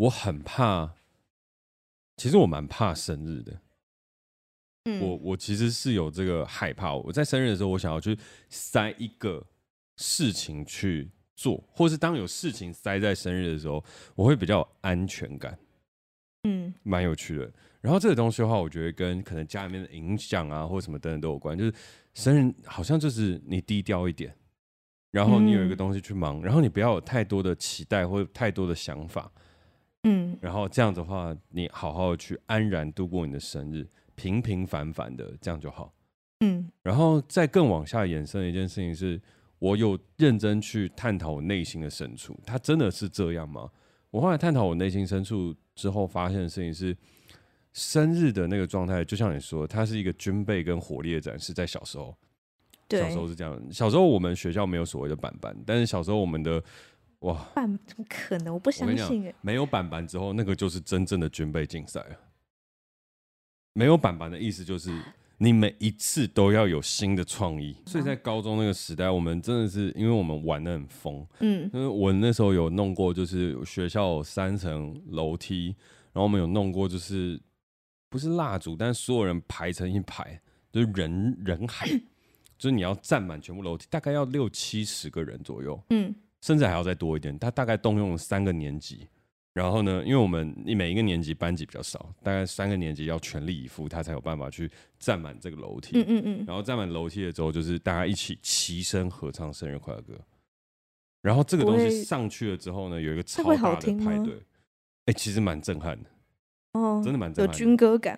我很怕，其实我蛮怕生日的。我其实是有这个害怕。我在生日的时候，我想要去塞一个事情去做，或是当有事情塞在生日的时候，我会比较有安全感。蛮有趣的。然后这个东西的话，我觉得跟可能家里面的影响啊，或什么等等都有关。就是生日好像就是你低调一点，然后你有一个东西去忙，然后你不要有太多的期待或太多的想法。然后这样子的话，你好好的去安然度过你的生日，平平凡凡的这样就好。然后再更往下延伸的一件事情是，我有认真去探讨我内心的深处，它真的是这样吗？我后来探讨我内心深处之后，发现的事情是，生日的那个状态，就像你说，它是一个军备跟火力的展示。在小时候，小时候是这样。小时候我们学校没有所谓的板板，但是小时候我们的板怎么可能？我不相信。 没有板板之后，那个就是真正的军备竞赛了。没有板板的意思就是，你每一次都要有新的创意。所以在高中那个时代，我们真的是因为我们玩得很疯。因为我那时候有弄过，就是学校有3层楼梯，然后我们有弄过，就是不是蜡烛，但是所有人排成一排，就是人海，就是你要站满全部楼梯，大概要60-70个人左右。甚至还要再多一点。他大概动用了3个年级。然后呢，因为我们每一个年级班级比较少，大概3个年级要全力以赴，他才有办法去站满这个楼梯。然后站满楼梯的时候，就是大家一起齐声合唱生日快乐歌。然后这个东西上去了之后呢，有一个超大的派对，其实蛮震撼的。真的蛮震撼的。 有军歌感。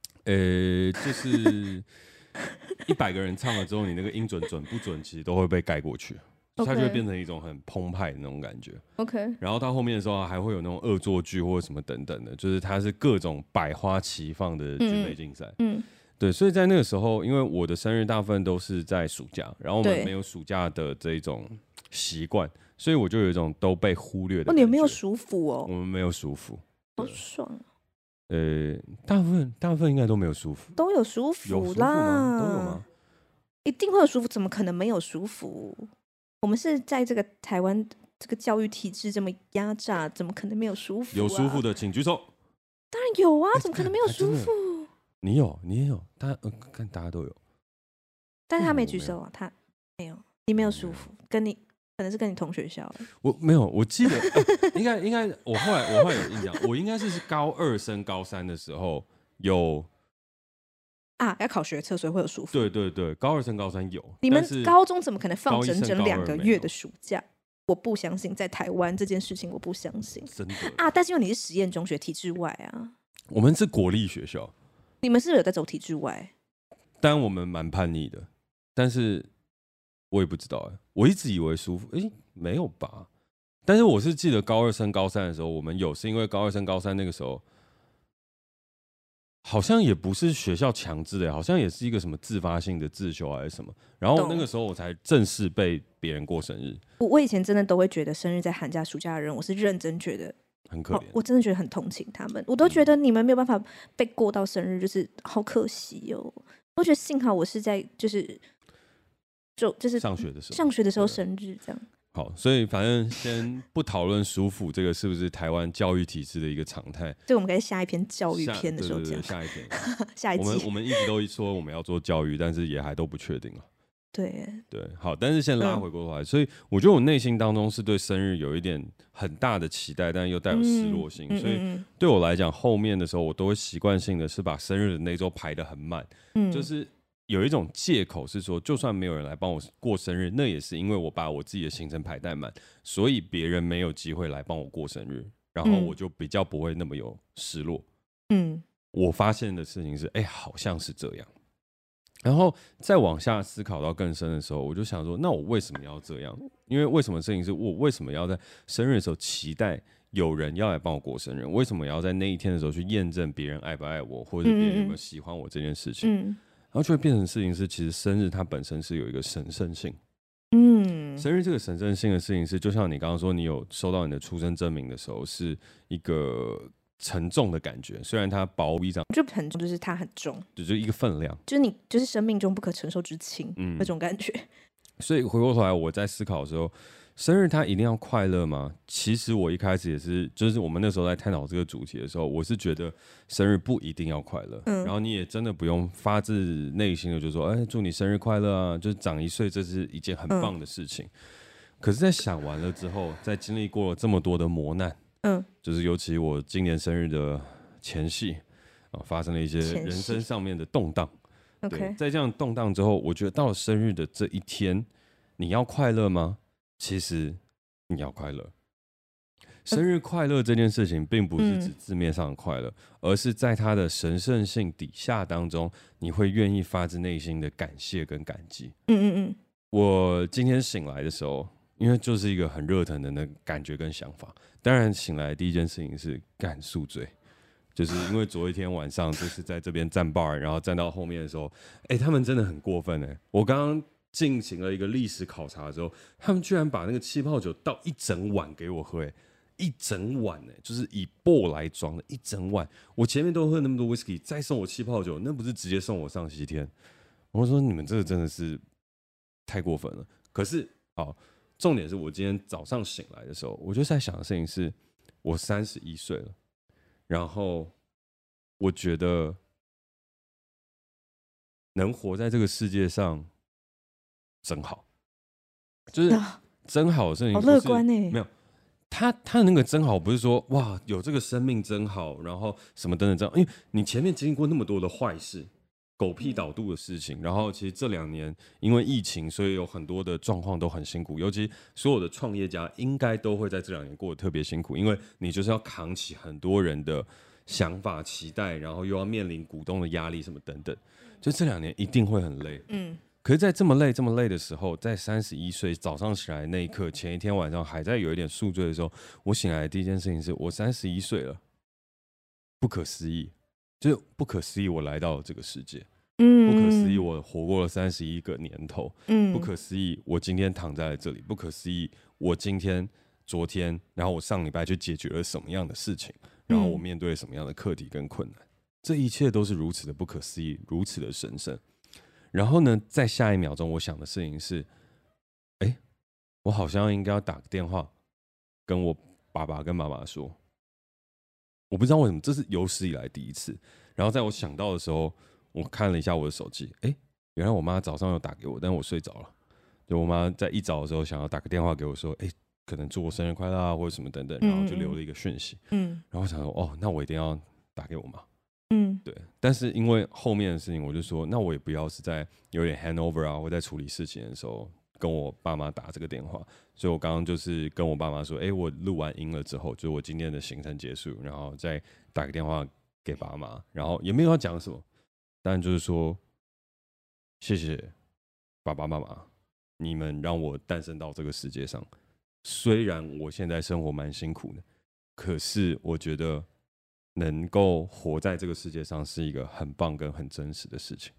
就是100个人唱了之后，你那个音准不准，其实都会被盖过去。它就会变成一种很澎湃的那种感觉。然后到后面的时候，还会有那种恶作剧或者什么等等的，就是它是各种百花齐放的军备竞赛。对，所以在那个时候，因为我的生日大部分都是在暑假，然后我们没有暑假的这种习惯，所以我就有一种都被忽略的感觉。 你没有暑辅哦？ 我们没有暑辅， 好爽。 大部分应该都没有暑辅。 都有暑辅啦？ 都有吗？ 一定会有暑辅，怎么可能没有暑辅？我们是在这个台湾这个教育体制这么压榨，怎么可能没有舒服？ 有舒服的请举手。 当然有啊，怎么可能没有舒服？ 你有，你也有，看大家都有。 但是他没举手啊，他没有，你没有舒服，可能是跟你同学校。 我没有，我记得应该，我后来有印象，我应该是高2升高3的时候有。 要考学测，所以会有暑辅。 对，高2升高3有。 你们高中怎么可能放整整2个月的暑假？我不相信，在台湾这件事情我不相信。 真的但是因为你是实验中学体制外啊。 我们是国立学校。 你们是不是有在走体制外？ 但我们蛮叛逆的，但是我也不知道我一直以为舒服，没有吧？但是我是记得高2升高3的时候，我们有，是因为高2升高3那个时候。好像也不是学校强制的，好像也是一个什么自发性的自修还是什么。然后那个时候我才正式被别人过生日。我以前真的都会觉得生日在寒假暑假的人，我是认真觉得很可怜。 我真的觉得很同情他们，我都觉得你们没有办法被过到生日，就是好可惜哦。我觉得幸好我是在就是上学的时候生日这样。 好，所以反正先不讨论暑辅这个是不是台湾教育体制的一个常态。 对，我们可以下一篇教育篇的时候讲。 下一篇， 下一集。 我们一直都说我们要做教育，但是也还都不确定了。 对， 好，但是先拉回过头来，所以我觉得我内心当中是对生日有一点很大的期待，但又带有失落性。所以对我来讲，后面的时候我都会习惯性的是把生日的那周排得很满，就是有一种借口是说，就算没有人来帮我过生日，那也是因为我把我自己的行程排太满，所以别人没有机会来帮我过生日，然后我就比较不会那么有失落。我发现的事情是，好像是这样。然后再往下思考到更深的时候，我就想说，那我为什么要这样？因为为什么事情是我为什么要在生日的时候期待有人要来帮我过生日？为什么要在那一天的时候去验证别人爱不爱我，或者别人有没有喜欢我这件事情？然后就会变成事情是，其实生日它本身是有一个神圣性。生日这个神圣性的事情是，就像你刚刚说，你有收到你的出生证明的时候，是一个沉重的感觉。虽然它薄一张， 就很重，就是它很重， 就是一个分量， 就是你就是生命中不可承受之轻那种感觉。 所以回过头来，我在思考的时候， 生日他一定要快乐吗？其实我一开始也是，就是我们那时候在探讨这个主题的时候，我是觉得生日不一定要快乐，然后你也真的不用发自内心的就说，哎，祝你生日快乐啊，就是长1岁，这是一件很棒的事情。可是，在想完了之后，在经历过了这么多的磨难，就是尤其我今年生日的前夕发生了一些人生上面的动荡。对，在这样动荡之后，我觉得到了生日的这一天，你要快乐吗？其实你要快乐。生日快乐这件事情，并不是指字面上的快乐，而是在它的神圣性底下当中，你会愿意发自内心的感谢跟感激。我今天醒来的时候，因为就是一个很热腾腾的感觉跟想法，当然醒来的第一件事情是干宿醉。就是因为昨天晚上就是在这边站 bar， 然后站到后面的时候，他们真的很过分我刚刚进行了一个历史考察之后，他们居然把那个气泡酒倒1整碗给我喝1整碗就是以钵来装的1整碗。我前面都喝那么多 whisky， 再送我气泡酒，那不是直接送我上西天？我说你们这个真的是太过分了。可是重点是我今天早上醒来的时候，我就在想的事情是，我31岁了。然后我觉得能活在这个世界上真好，就是真好的事情。好乐观没有，他的那个真好不是说哇有这个生命真好，然后什么等等这样，因为你前面经历过那么多的坏事，狗屁倒肚的事情，然后其实这2年因为疫情，所以有很多的状况都很辛苦，尤其所有的创业家应该都会在这2年过得特别辛苦，因为你就是要扛起很多人的想法期待，然后又要面临股东的压力什么等等，就这2年一定会很累。可是在这么累的时候，在31岁早上起来那一刻，前一天晚上还在有一点宿醉的时候，我醒来的第一件事情是我31岁了，不可思议。就是不可思议，我来到了这个世界，不可思议，我活过了31个年头，不可思议，我今天躺在了这里，不可思议，我今天、昨天，然后我上礼拜就解决了什么样的事情，然后我面对了什么样的课题跟困难，这一切都是如此的不可思议，如此的神圣。然后呢，在下一秒钟，我想的事情是，我好像应该要打个电话跟我爸爸跟妈妈说。我不知道为什么，这是有史以来第一次。然后在我想到的时候，我看了一下我的手机，原来我妈早上有打给我，但是我睡着了。就我妈在一早的时候想要打个电话给我说，可能祝我生日快乐啊，或者什么等等，然后就留了一个讯息。然后我想说，那我一定要打给我妈。对。但是因为后面的事情，我就说，那我也不要是在有点 handover 啊，或在处理事情的时候跟我爸妈打这个电话。所以我刚刚就是跟我爸妈说，我录完音了之后，就是我今天的行程结束，然后再打个电话给爸妈，然后也没有要讲什么，但就是说谢谢爸爸妈妈，你们让我诞生到这个世界上。虽然我现在生活蛮辛苦的，可是我觉得能够活在这个世界上是一个很棒跟很真实的事情。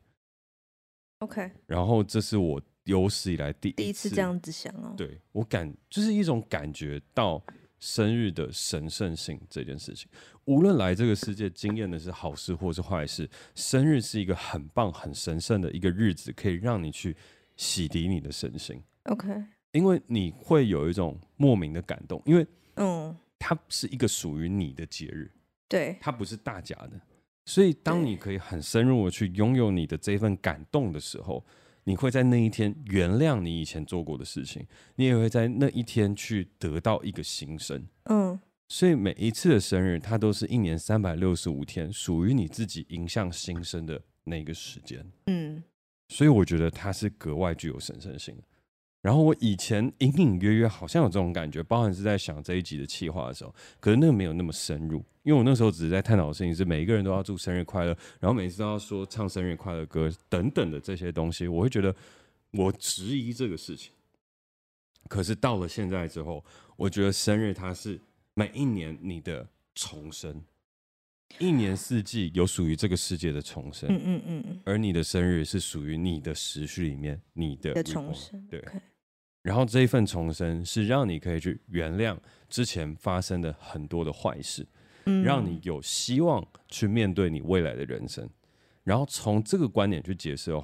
OK， 然后这是我有史以来第一次这样子想对，我就是一种感觉到生日的神圣性这件事情。无论来这个世界经验的是好事或是坏事，生日是一个很棒很神圣的一个日子，可以让你去洗涤你的身心。 OK， 因为你会有一种莫名的感动，因为它是一个属于你的节日， 对， 它不是大家的。所以当你可以很深入的去拥有你的这份感动的时候，你会在那一天原谅你以前做过的事情，你也会在那一天去得到一个新生。所以每一次的生日，它都是1年365天属于你自己迎向新生的那个时间。所以我觉得它是格外具有神圣性的。然后我以前隐隐约约好像有这种感觉，包含是在想这一集的企划的时候，可是那个没有那么深入，因为我那时候只是在探讨的事情是每一个人都要祝生日快乐，然后每次都要说唱生日快乐歌等等的这些东西，我会觉得我质疑这个事情。可是到了现在之后，我觉得生日它是每一年你的重生，1年4季有属于这个世界的重生，而你的生日是属于你的时序里面你的重生， 对。然后这一份重生是让你可以去原谅之前发生的很多的坏事，让你有希望去面对你未来的人生。然后从这个观点去解释的话，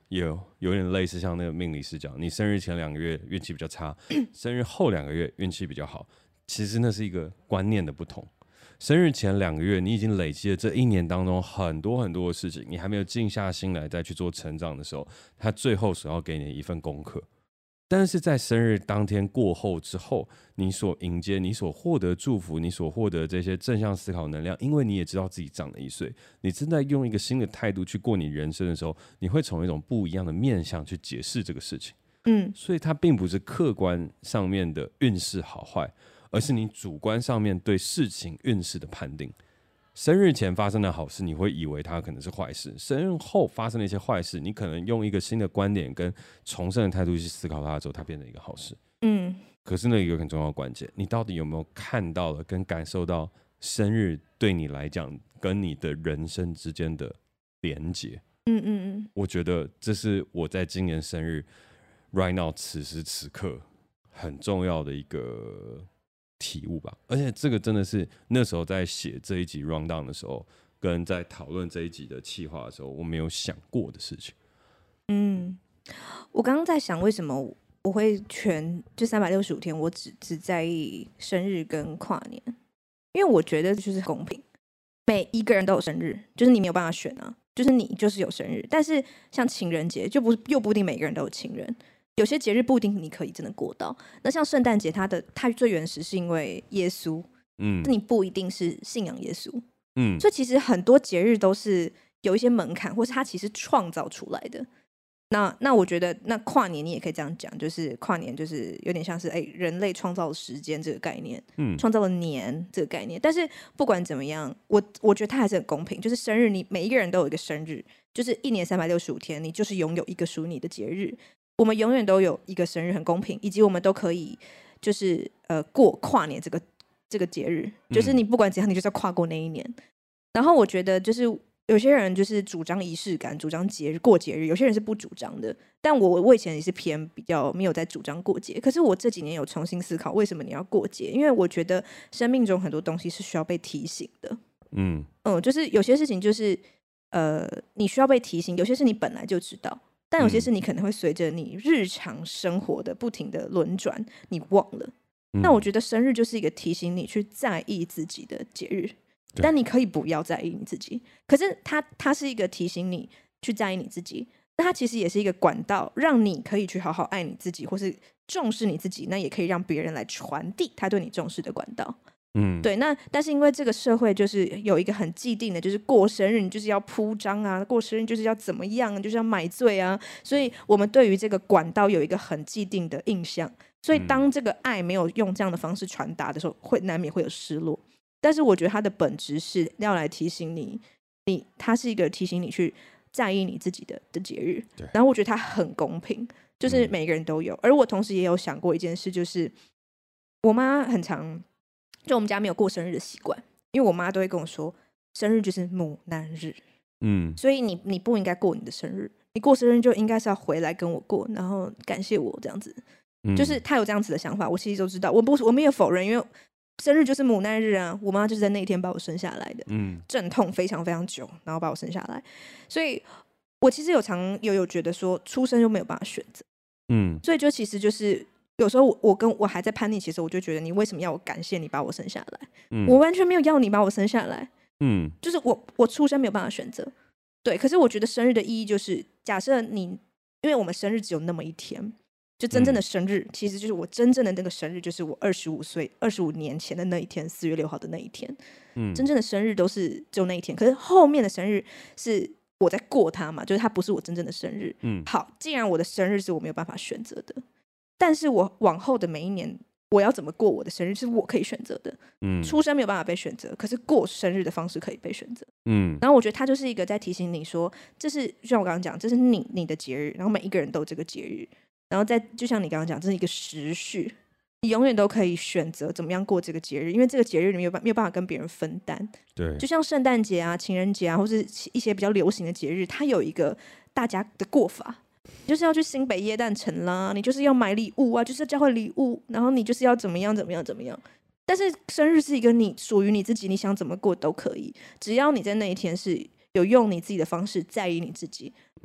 有点类似像那个命理师讲，你生日前2个月运气比较差，生日后2个月运气比较好。其实那是一个观念的不同。生日前2个月，你已经累积了这1年当中很多很多的事情，你还没有静下心来再去做成长的时候，他最后所要给你的一份功课。但是在生日当天过后之后，你所迎接、你所获得祝福、你所获得这些正向思考能量，因为你也知道自己长了1岁，你正在用一个新的态度去过你人生的时候，你会从一种不一样的面向去解释这个事情。所以它并不是客观上面的运势好坏，而是你主观上面对事情运势的判定。生日前发生的好事，你会以为它可能是坏事；生日后发生的一些坏事，你可能用一个新的观点跟重生的态度去思考它的时候，它变成一个好事。可是那有一个很重要的关键，你到底有没有看到了跟感受到生日对你来讲跟你的人生之间的连结？我觉得这是我在今年生日 right now 此时此刻很重要的一个体悟吧。而且这个真的是那时候在写这一集 rundown 的时候，跟在讨论这一集的企划的时候，我没有想过的事情。 我刚刚在想，为什么我会就365天，我只在意生日跟跨年，因为我觉得就是公平，每一个人都有生日，就是你没有办法选啊，就是你就是有生日。但是像情人节，又不一定每个人都有情人。有些节日不一定你可以真的过到，那像圣诞节，它最原始是因为耶稣，你不一定是信仰耶稣，所以其实很多节日都是有一些门槛，或是它其实创造出来的。那我觉得，那跨年你也可以这样讲，就是跨年就是有点像是人类创造了时间这个概念，创造了年这个概念。但是不管怎么样，我觉得它还是很公平，就是生日，你每一个人都有一个生日，就是1年365天，你就是拥有一个属于你的节日。我们永远都有一个生日，很公平，以及我们都可以就是过跨年这个节日，就是你不管怎样，你就是要跨过那一年。然后我觉得就是有些人就是主张仪式感，主张过节日，有些人是不主张的。但我以前也是偏比较没有在主张过节，可是我这几年有重新思考为什么你要过节，因为我觉得生命中很多东西是需要被提醒的。就是有些事情就是你需要被提醒，有些事你本来就知道。但有些事你可能会随着你日常生活的不停的轮转，你忘了。那我觉得生日就是一个提醒你去在意自己的节日，但你可以不要在意你自己。可是它是一个提醒你去在意你自己，那它其实也是一个管道，让你可以去好好爱你自己，或是重视你自己，那也可以让别人来传递他对你重视的管道。对，但是因为这个社会就是有一个很既定的，就是过生日你就是要铺张啊，过生日就是要怎么样，就是要买醉啊，所以我们对于这个管道有一个很既定的印象，所以当这个爱没有用这样的方式传达的时候，难免会有失落。但是我觉得它的本质是要来提醒你它是一个提醒你去在意你自己的节日，然后我觉得它很公平，就是每个人都有。而我同时也有想过一件事，就是我妈很常就我们家没有过生日的习惯，因为我妈都会跟我说，生日就是母难日，所以你不应该过你的生日，你过生日就应该是要回来跟我过，然后感谢我这样子。就是她有这样子的想法，我其实都知道，我没有否认，因为生日就是母难日啊，我妈就是在那一天把我生下来的，阵痛非常非常久，然后把我生下来，所以我其实有觉得说，出生就没有办法选择，所以就其实就是有时候我还在叛逆期的时候，我就觉得你为什么要我感谢你把我生下来？我完全没有要你把我生下来，就是我出生没有办法选择，对。可是我觉得生日的意义就是，假设因为我们生日只有那么一天，就真正的生日，其实就是我真正的那个生日，就是我25年前的那一天，4月6号的那一天，真正的生日都是只有那一天。可是后面的生日是我在过它嘛，就是它不是我真正的生日。好，既然我的生日是我没有办法选择的，但是我往后的每一年我要怎么过我的生日是我可以选择的。出生没有办法被选择，可是过生日的方式可以被选择。然后我觉得它就是一个在提醒你说，这是就像我刚刚讲，这是你的节日，然后每一个人都有这个节日，然后就像你刚刚讲，这是一个时序，你永远都可以选择怎么样过这个节日，因为这个节日你没有办法跟别人分担。 对， 就像圣诞节啊、情人节啊，或是一些比较流行的节日，它有一个大家的过法。你就是要去新北耶诞城啦，你就是要买礼物啊，就是要交换礼物，然后你就是要怎么样。但是生日是一个你属于你自己，你想怎么过都可以，只要你在那一天是有用你自己的方式在意你自己，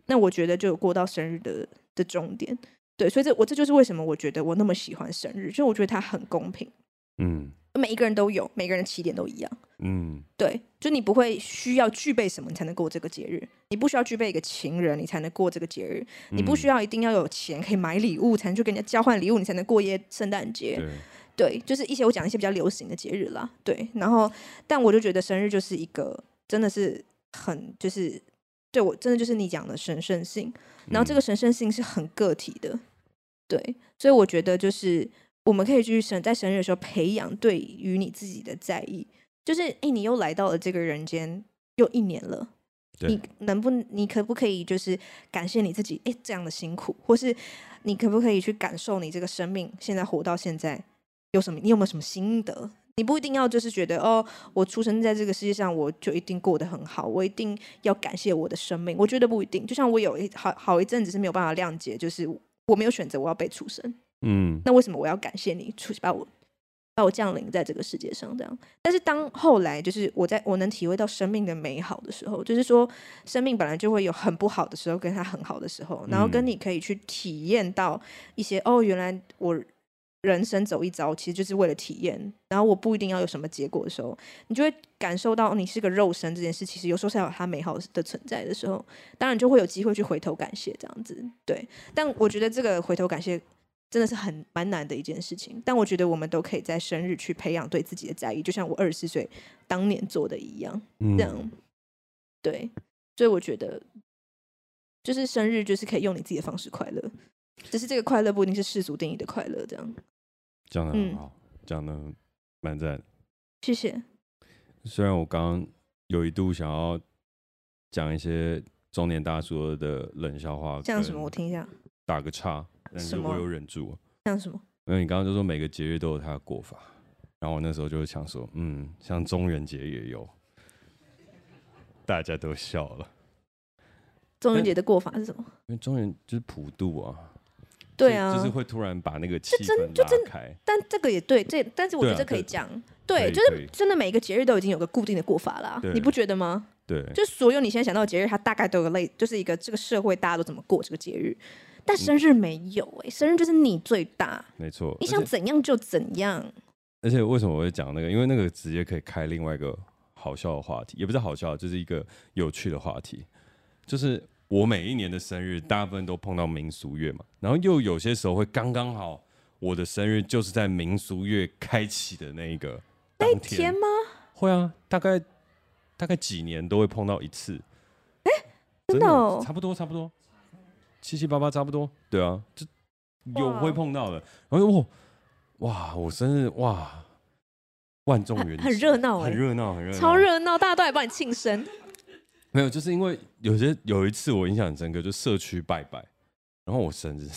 那我觉得就有过到生日的终点。对，所以这就是为什么我觉得我那么喜欢生日，就我觉得它很公平。每一个人都有，每个人的起点都一样。对，就你不会需要具备什么你才能过这个节日，你不需要具备一个情人你才能过这个节日，你不需要一定要有钱可以买礼物才能去跟人家交换礼物，你才能过夜圣诞节。对，就是我讲一些比较流行的节日啦。对，然后但我就觉得生日就是一个真的是很就是对我真的就是你讲的神圣性，然后这个神圣性是很个体的。对，所以我觉得就是我们可以去在生日的时候培养对于你自己的在意，就是你又来到了这个人间又1年了，你可不可以就是感谢你自己这样的辛苦，或是你可不可以去感受你这个生命现在活到现在你有没有什么心得？你不一定要就是觉得我出生在这个世界上我就一定过得很好，我一定要感谢我的生命，我觉得不一定。就像我有好一阵子是没有办法谅解，就是我没有选择我要被出生，那为什么我要感谢你把我降临在这个世界上这样？但是当后来就是我能体会到生命的美好的时候，就是说生命本来就会有很不好的时候跟它很好的时候，然后跟你可以去体验到一些原来我人生走一遭其实就是为了体验，然后我不一定要有什么结果的时候，你就会感受到你是个肉身这件事其实有时候是有它美好的存在的时候，当然就会有机会去回头感谢这样子。对，但我觉得这个回头感谢真的是蛮难的一件事情，但我觉得我们都可以在生日去培养对自己的在意，就像我24岁当年做的一样，这样。对，所以我觉得就是生日就是可以用你自己的方式快乐，只是这个快乐不一定是世俗定义的快乐，这样。 讲得很好，讲得蛮赞， 谢谢。 虽然我刚刚有一度想要讲一些中年大叔的冷笑话， 像什么？我听一下。 打个岔，但是我有忍住。 像什么？ 因为你刚刚就说每个节日都有它的过法，然后我那时候就想说，像中元节也有，大家都笑了。 中元节的过法是什么？ 因为中元就是普渡啊。 对啊， 就是会突然把那个气氛拉开。 但这个也对，但是我觉得这可以讲。对，就是真的每一个节日都已经有个固定的过法啦，你不觉得吗？ 对， 就所有你现在想到的节日，它大概都有就是一个这个社会大家都怎么过这个节日，但生日没有生日就是你最大， 没错， 你想怎样就怎样。 而且为什么我会讲那个？因为那个直接可以开另外一个好笑的话题，也不是好笑，就是一个有趣的话题，就是我每一年的生日大部分都碰到民俗月嘛，然后又有些时候会刚刚好，我的生日就是在民俗月开启的那一天吗？ 会啊，大概几年都会碰到一次。 真的哦？ 差不多，7、8、8差不多。对啊，就有会碰到的。然后哇，我生日哇，万众云集， 很热闹， 很热闹， 超热闹，大家都来帮你庆生。 没有，就是因为有一次我印象很深刻，就社区拜拜，然后我生日，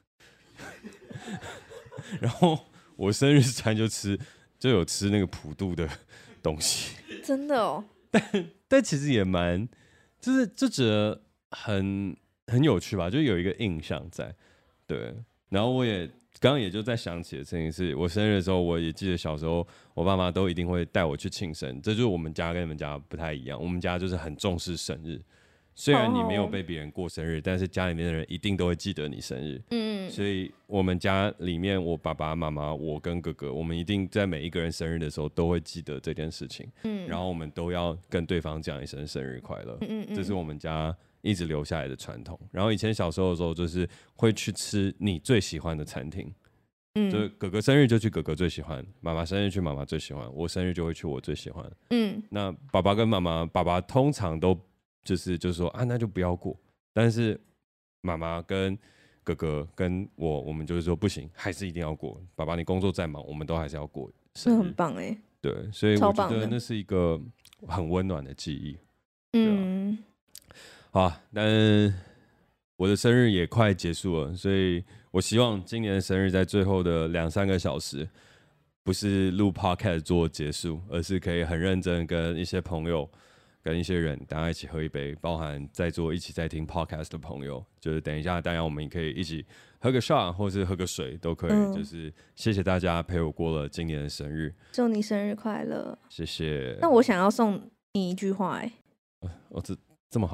然后我生日餐就有吃那个普渡的东西， 真的哦。 但其实也蛮，就觉得很有趣吧，就有一个印象在，对。然后我也刚刚也就在想起的事情是，我生日的时候，我也记得小时候我爸妈都一定会带我去庆生，这就是我们家跟你们家不太一样，我们家就是很重视生日。虽然你没有被别人过生日，但是家里面的人一定都会记得你生日。所以我们家里面，我爸爸妈妈、我跟哥哥，我们一定在每一个人生日的时候都会记得这件事情。然后我们都要跟对方讲一声生日快乐。这是我们家一直留下来的传统。然后以前小时候的时候，就是会去吃你最喜欢的餐厅。就是哥哥生日就去哥哥最喜欢，妈妈生日去妈妈最喜欢，我生日就会去我最喜欢。那爸爸跟妈妈，爸爸通常都就是说啊，那就不要过。但是妈妈跟哥哥跟我们就是说不行，还是一定要过。爸爸你工作再忙，我们都还是要过生日。 很棒哎。 对，所以我觉得那是一个很温暖的记忆。好啊，但我的生日也快结束了，所以我希望今年的生日在最后的2-3个小时，不是录 podcast 做结束，而是可以很认真跟一些朋友、跟一些人，大家一起喝一杯，包含在座一起在听 podcast 的朋友，就是等一下，当然我们也可以一起喝个 shot 或是喝个水都可以。就是谢谢大家陪我过了今年的生日， 祝你生日快乐， 谢谢。 那我想要送你一句话， 这么好。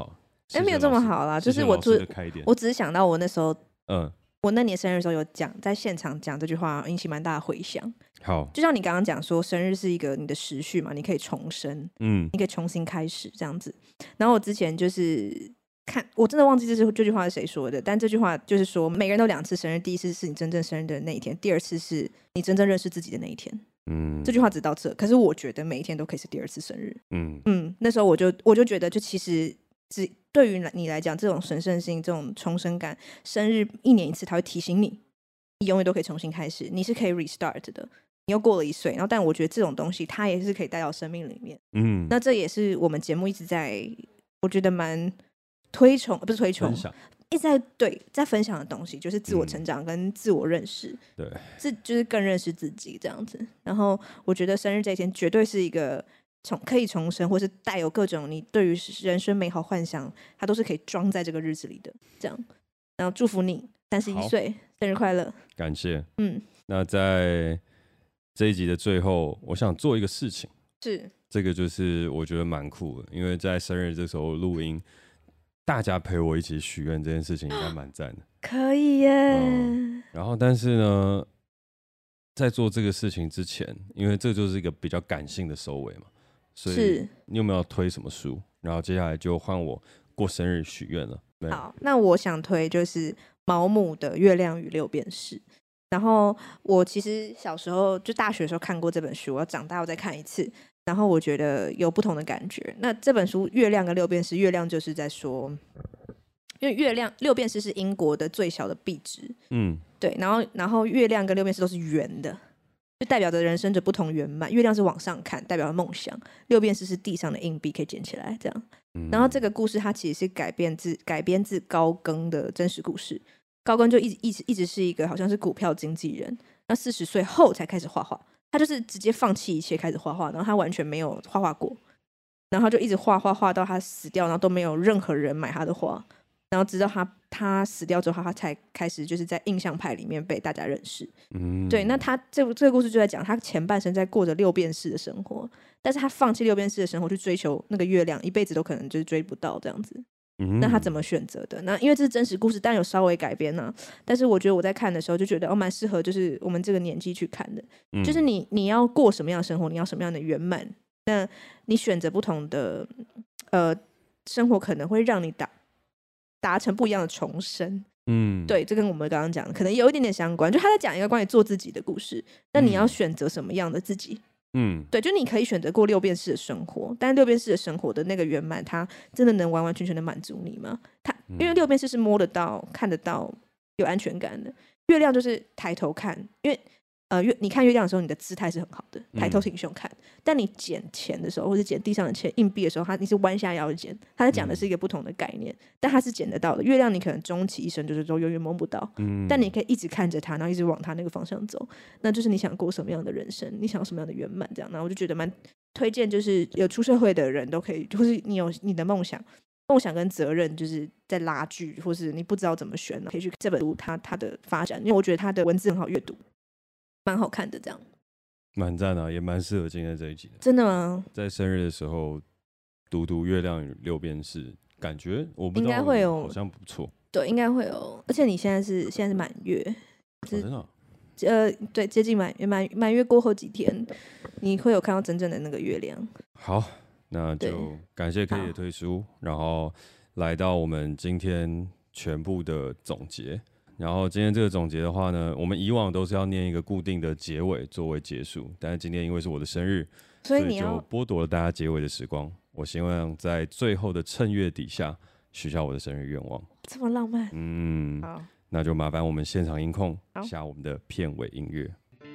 没有这么好啦，就是我只是想到我那时候，我那年生日的时候有讲，在现场讲这句话，引起蛮大的回响。 好， 就像你刚刚讲说，生日是一个你的时序嘛，你可以重生，你可以重新开始这样子。然后我之前就是我真的忘记这句话是谁说的，但这句话就是说，每个人都2次生日，第一次是你真正生日的那一天，第二次是你真正认识自己的那一天。这句话只到这，可是我觉得每一天都可以是第2次生日。那时候我就觉得，就其实对于你来讲，这种神圣性、这种重生感，生日1年1次，它会提醒你，你永远都可以重新开始，你是可以 restart 的。你又过了1岁，然后但我觉得这种东西，它也是可以带到生命里面。那这也是我们节目一直在，我觉得蛮不是推崇，一直在分享的东西，就是自我成长跟自我认识。 对， 就是更认识自己这样子。然后我觉得生日这一天绝对是一个可以重生，或是带有各种你对于人生美好幻想，它都是可以装在这个日子里的。这样，然后祝福你31岁生日快乐， 感谢。那在这一集的最后，我想做一个事情， 是这个就是我觉得蛮酷的，因为在生日这时候录音，大家陪我一起许愿这件事情应该蛮赞的。 可以耶。 然后但是呢，在做这个事情之前，因为这就是一个比较感性的收尾嘛，所以你有没有推什么书？然后接下来就换我过生日许愿了。 好，那我想推就是毛姆的《月亮与六便士》。然后我其实小时候就大学的时候看过这本书，我长大我再看一次，然后我觉得有不同的感觉。那这本书《月亮跟六便士》，月亮就是在说，因为六便士是英国的最小的币值，对，然后月亮跟六便士都是圆的，就代表着人生的不同圆满。月亮是往上看，代表梦想；六便士是地上的硬币，可以捡起来这样。然后这个故事它其实是改编自高更的真实故事。高更就一直是一个好像是股票经纪人，那40岁后才开始画画，他就是直接放弃一切开始画画，然后他完全没有画画过，然后就一直画到他死掉，然后都没有任何人买他的画，然后直到他死掉之后，他才开始就是在印象派里面被大家认识。对，那他这个故事就在讲他前半生在过着六便士的生活，但是他放弃六便士的生活去追求那个月亮，一辈子都可能就是追不到这样子。那他怎么选择的？那因为这是真实故事，但有稍微改编啊。但是我觉得我在看的时候就觉得蛮适合，就是我们这个年纪去看的。就是你要过什么样的生活，你要什么样的圆满，那你选择不同的生活，可能会让你达成不一样的重生。对，这跟我们刚刚讲的可能有一点点相关。就他在讲一个关于做自己的故事，那你要选择什么样的自己？对，就你可以选择过六便士的生活，但是六便士的生活的那个圆满，它真的能完完全全的满足你吗？因为六便士是摸得到、看得到、有安全感的。月亮就是抬头看，因为你看月亮的时候，你的姿态是很好的，抬头挺胸看。但你捡钱的时候，或者捡地上的钱、硬币的时候，你是弯下腰捡。他在讲的是一个不同的概念，但它是捡得到的。月亮你可能终其一生就是都永远摸不到，但你可以一直看着它，然后一直往它那个方向走。那就是你想过什么样的人生，你想要什么样的圆满这样。然后我就觉得蛮推荐，就是有出社会的人都可以，或是你有你的梦想跟责任就是在拉锯，或是你不知道怎么选，可以去这本书它的发展，因为我觉得它的文字很好阅读，蛮好看的，这样蛮赞啊，也蛮适合今天这一集的。 真的吗？ 在生日的时候读月亮与六便士，感觉我不知道应该会有， 好像不错。 对，应该会有。而且你现在是满月， 真的啊？ 对，接近满月过后几天，你会有看到真正的那个月亮。 好，那就感谢 K 的推出，然后来到我们今天全部的总结。然后今天这个总结的话呢，我们以往都是要念一个固定的结尾作为结束，但是今天因为是我的生日，所以就剥夺了大家结尾的时光。我希望在最后的衬月底下许下我的生日愿望。 这么浪漫。 好，那就麻烦我们现场音控下我们的片尾音乐。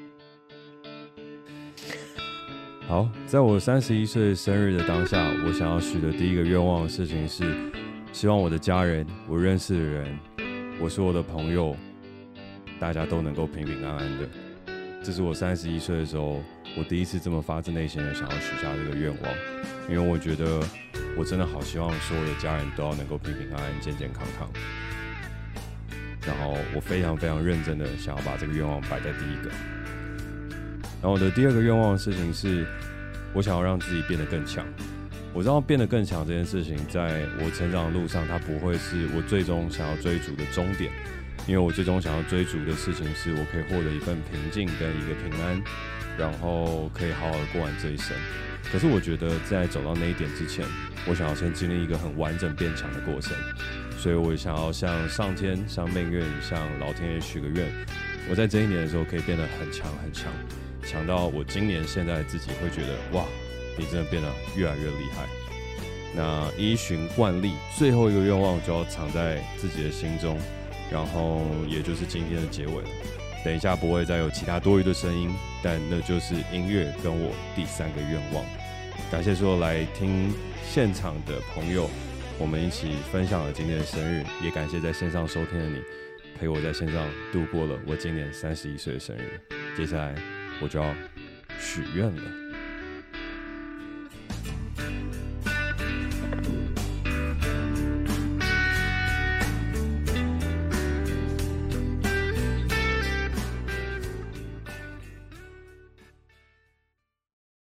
好，在我31岁生日的当下，我想要许的第一个愿望的事情是，希望我的家人、我认识的人、我所有的朋友，大家都能够平平安安的。这是我31岁的时候，我第一次这么发自内心的想要许下这个愿望，因为我觉得我真的好希望所有的家人都要能够平平安安、健健康康。然后我非常非常认真的想要把这个愿望摆在第一个。然后我的第二个愿望的事情是，我想要让自己变得更强。 我知道变得更强这件事情，在我成长的路上，它不会是我最终想要追逐的终点，因为我最终想要追逐的事情是我可以获得一份平静跟一个平安，然后可以好好的过完这一生。可是我觉得在走到那一点之前，我想要先经历一个很完整变强的过程，所以我想要向上天、向命运、向老天爷许个愿，我在这一年的时候可以变得很强很强，强到我今年现在自己会觉得哇，你真的变得越来越厉害。那依循惯例，最后一个愿望就要藏在自己的心中，然后也就是今天的结尾了。等一下不会再有其他多余的声音，但那就是音乐跟我第3个愿望。感谢所有来听现场的朋友，我们一起分享了今天的生日，也感谢在线上收听的你，陪我在线上度过了我今年31岁的生日。接下来我就要许愿了。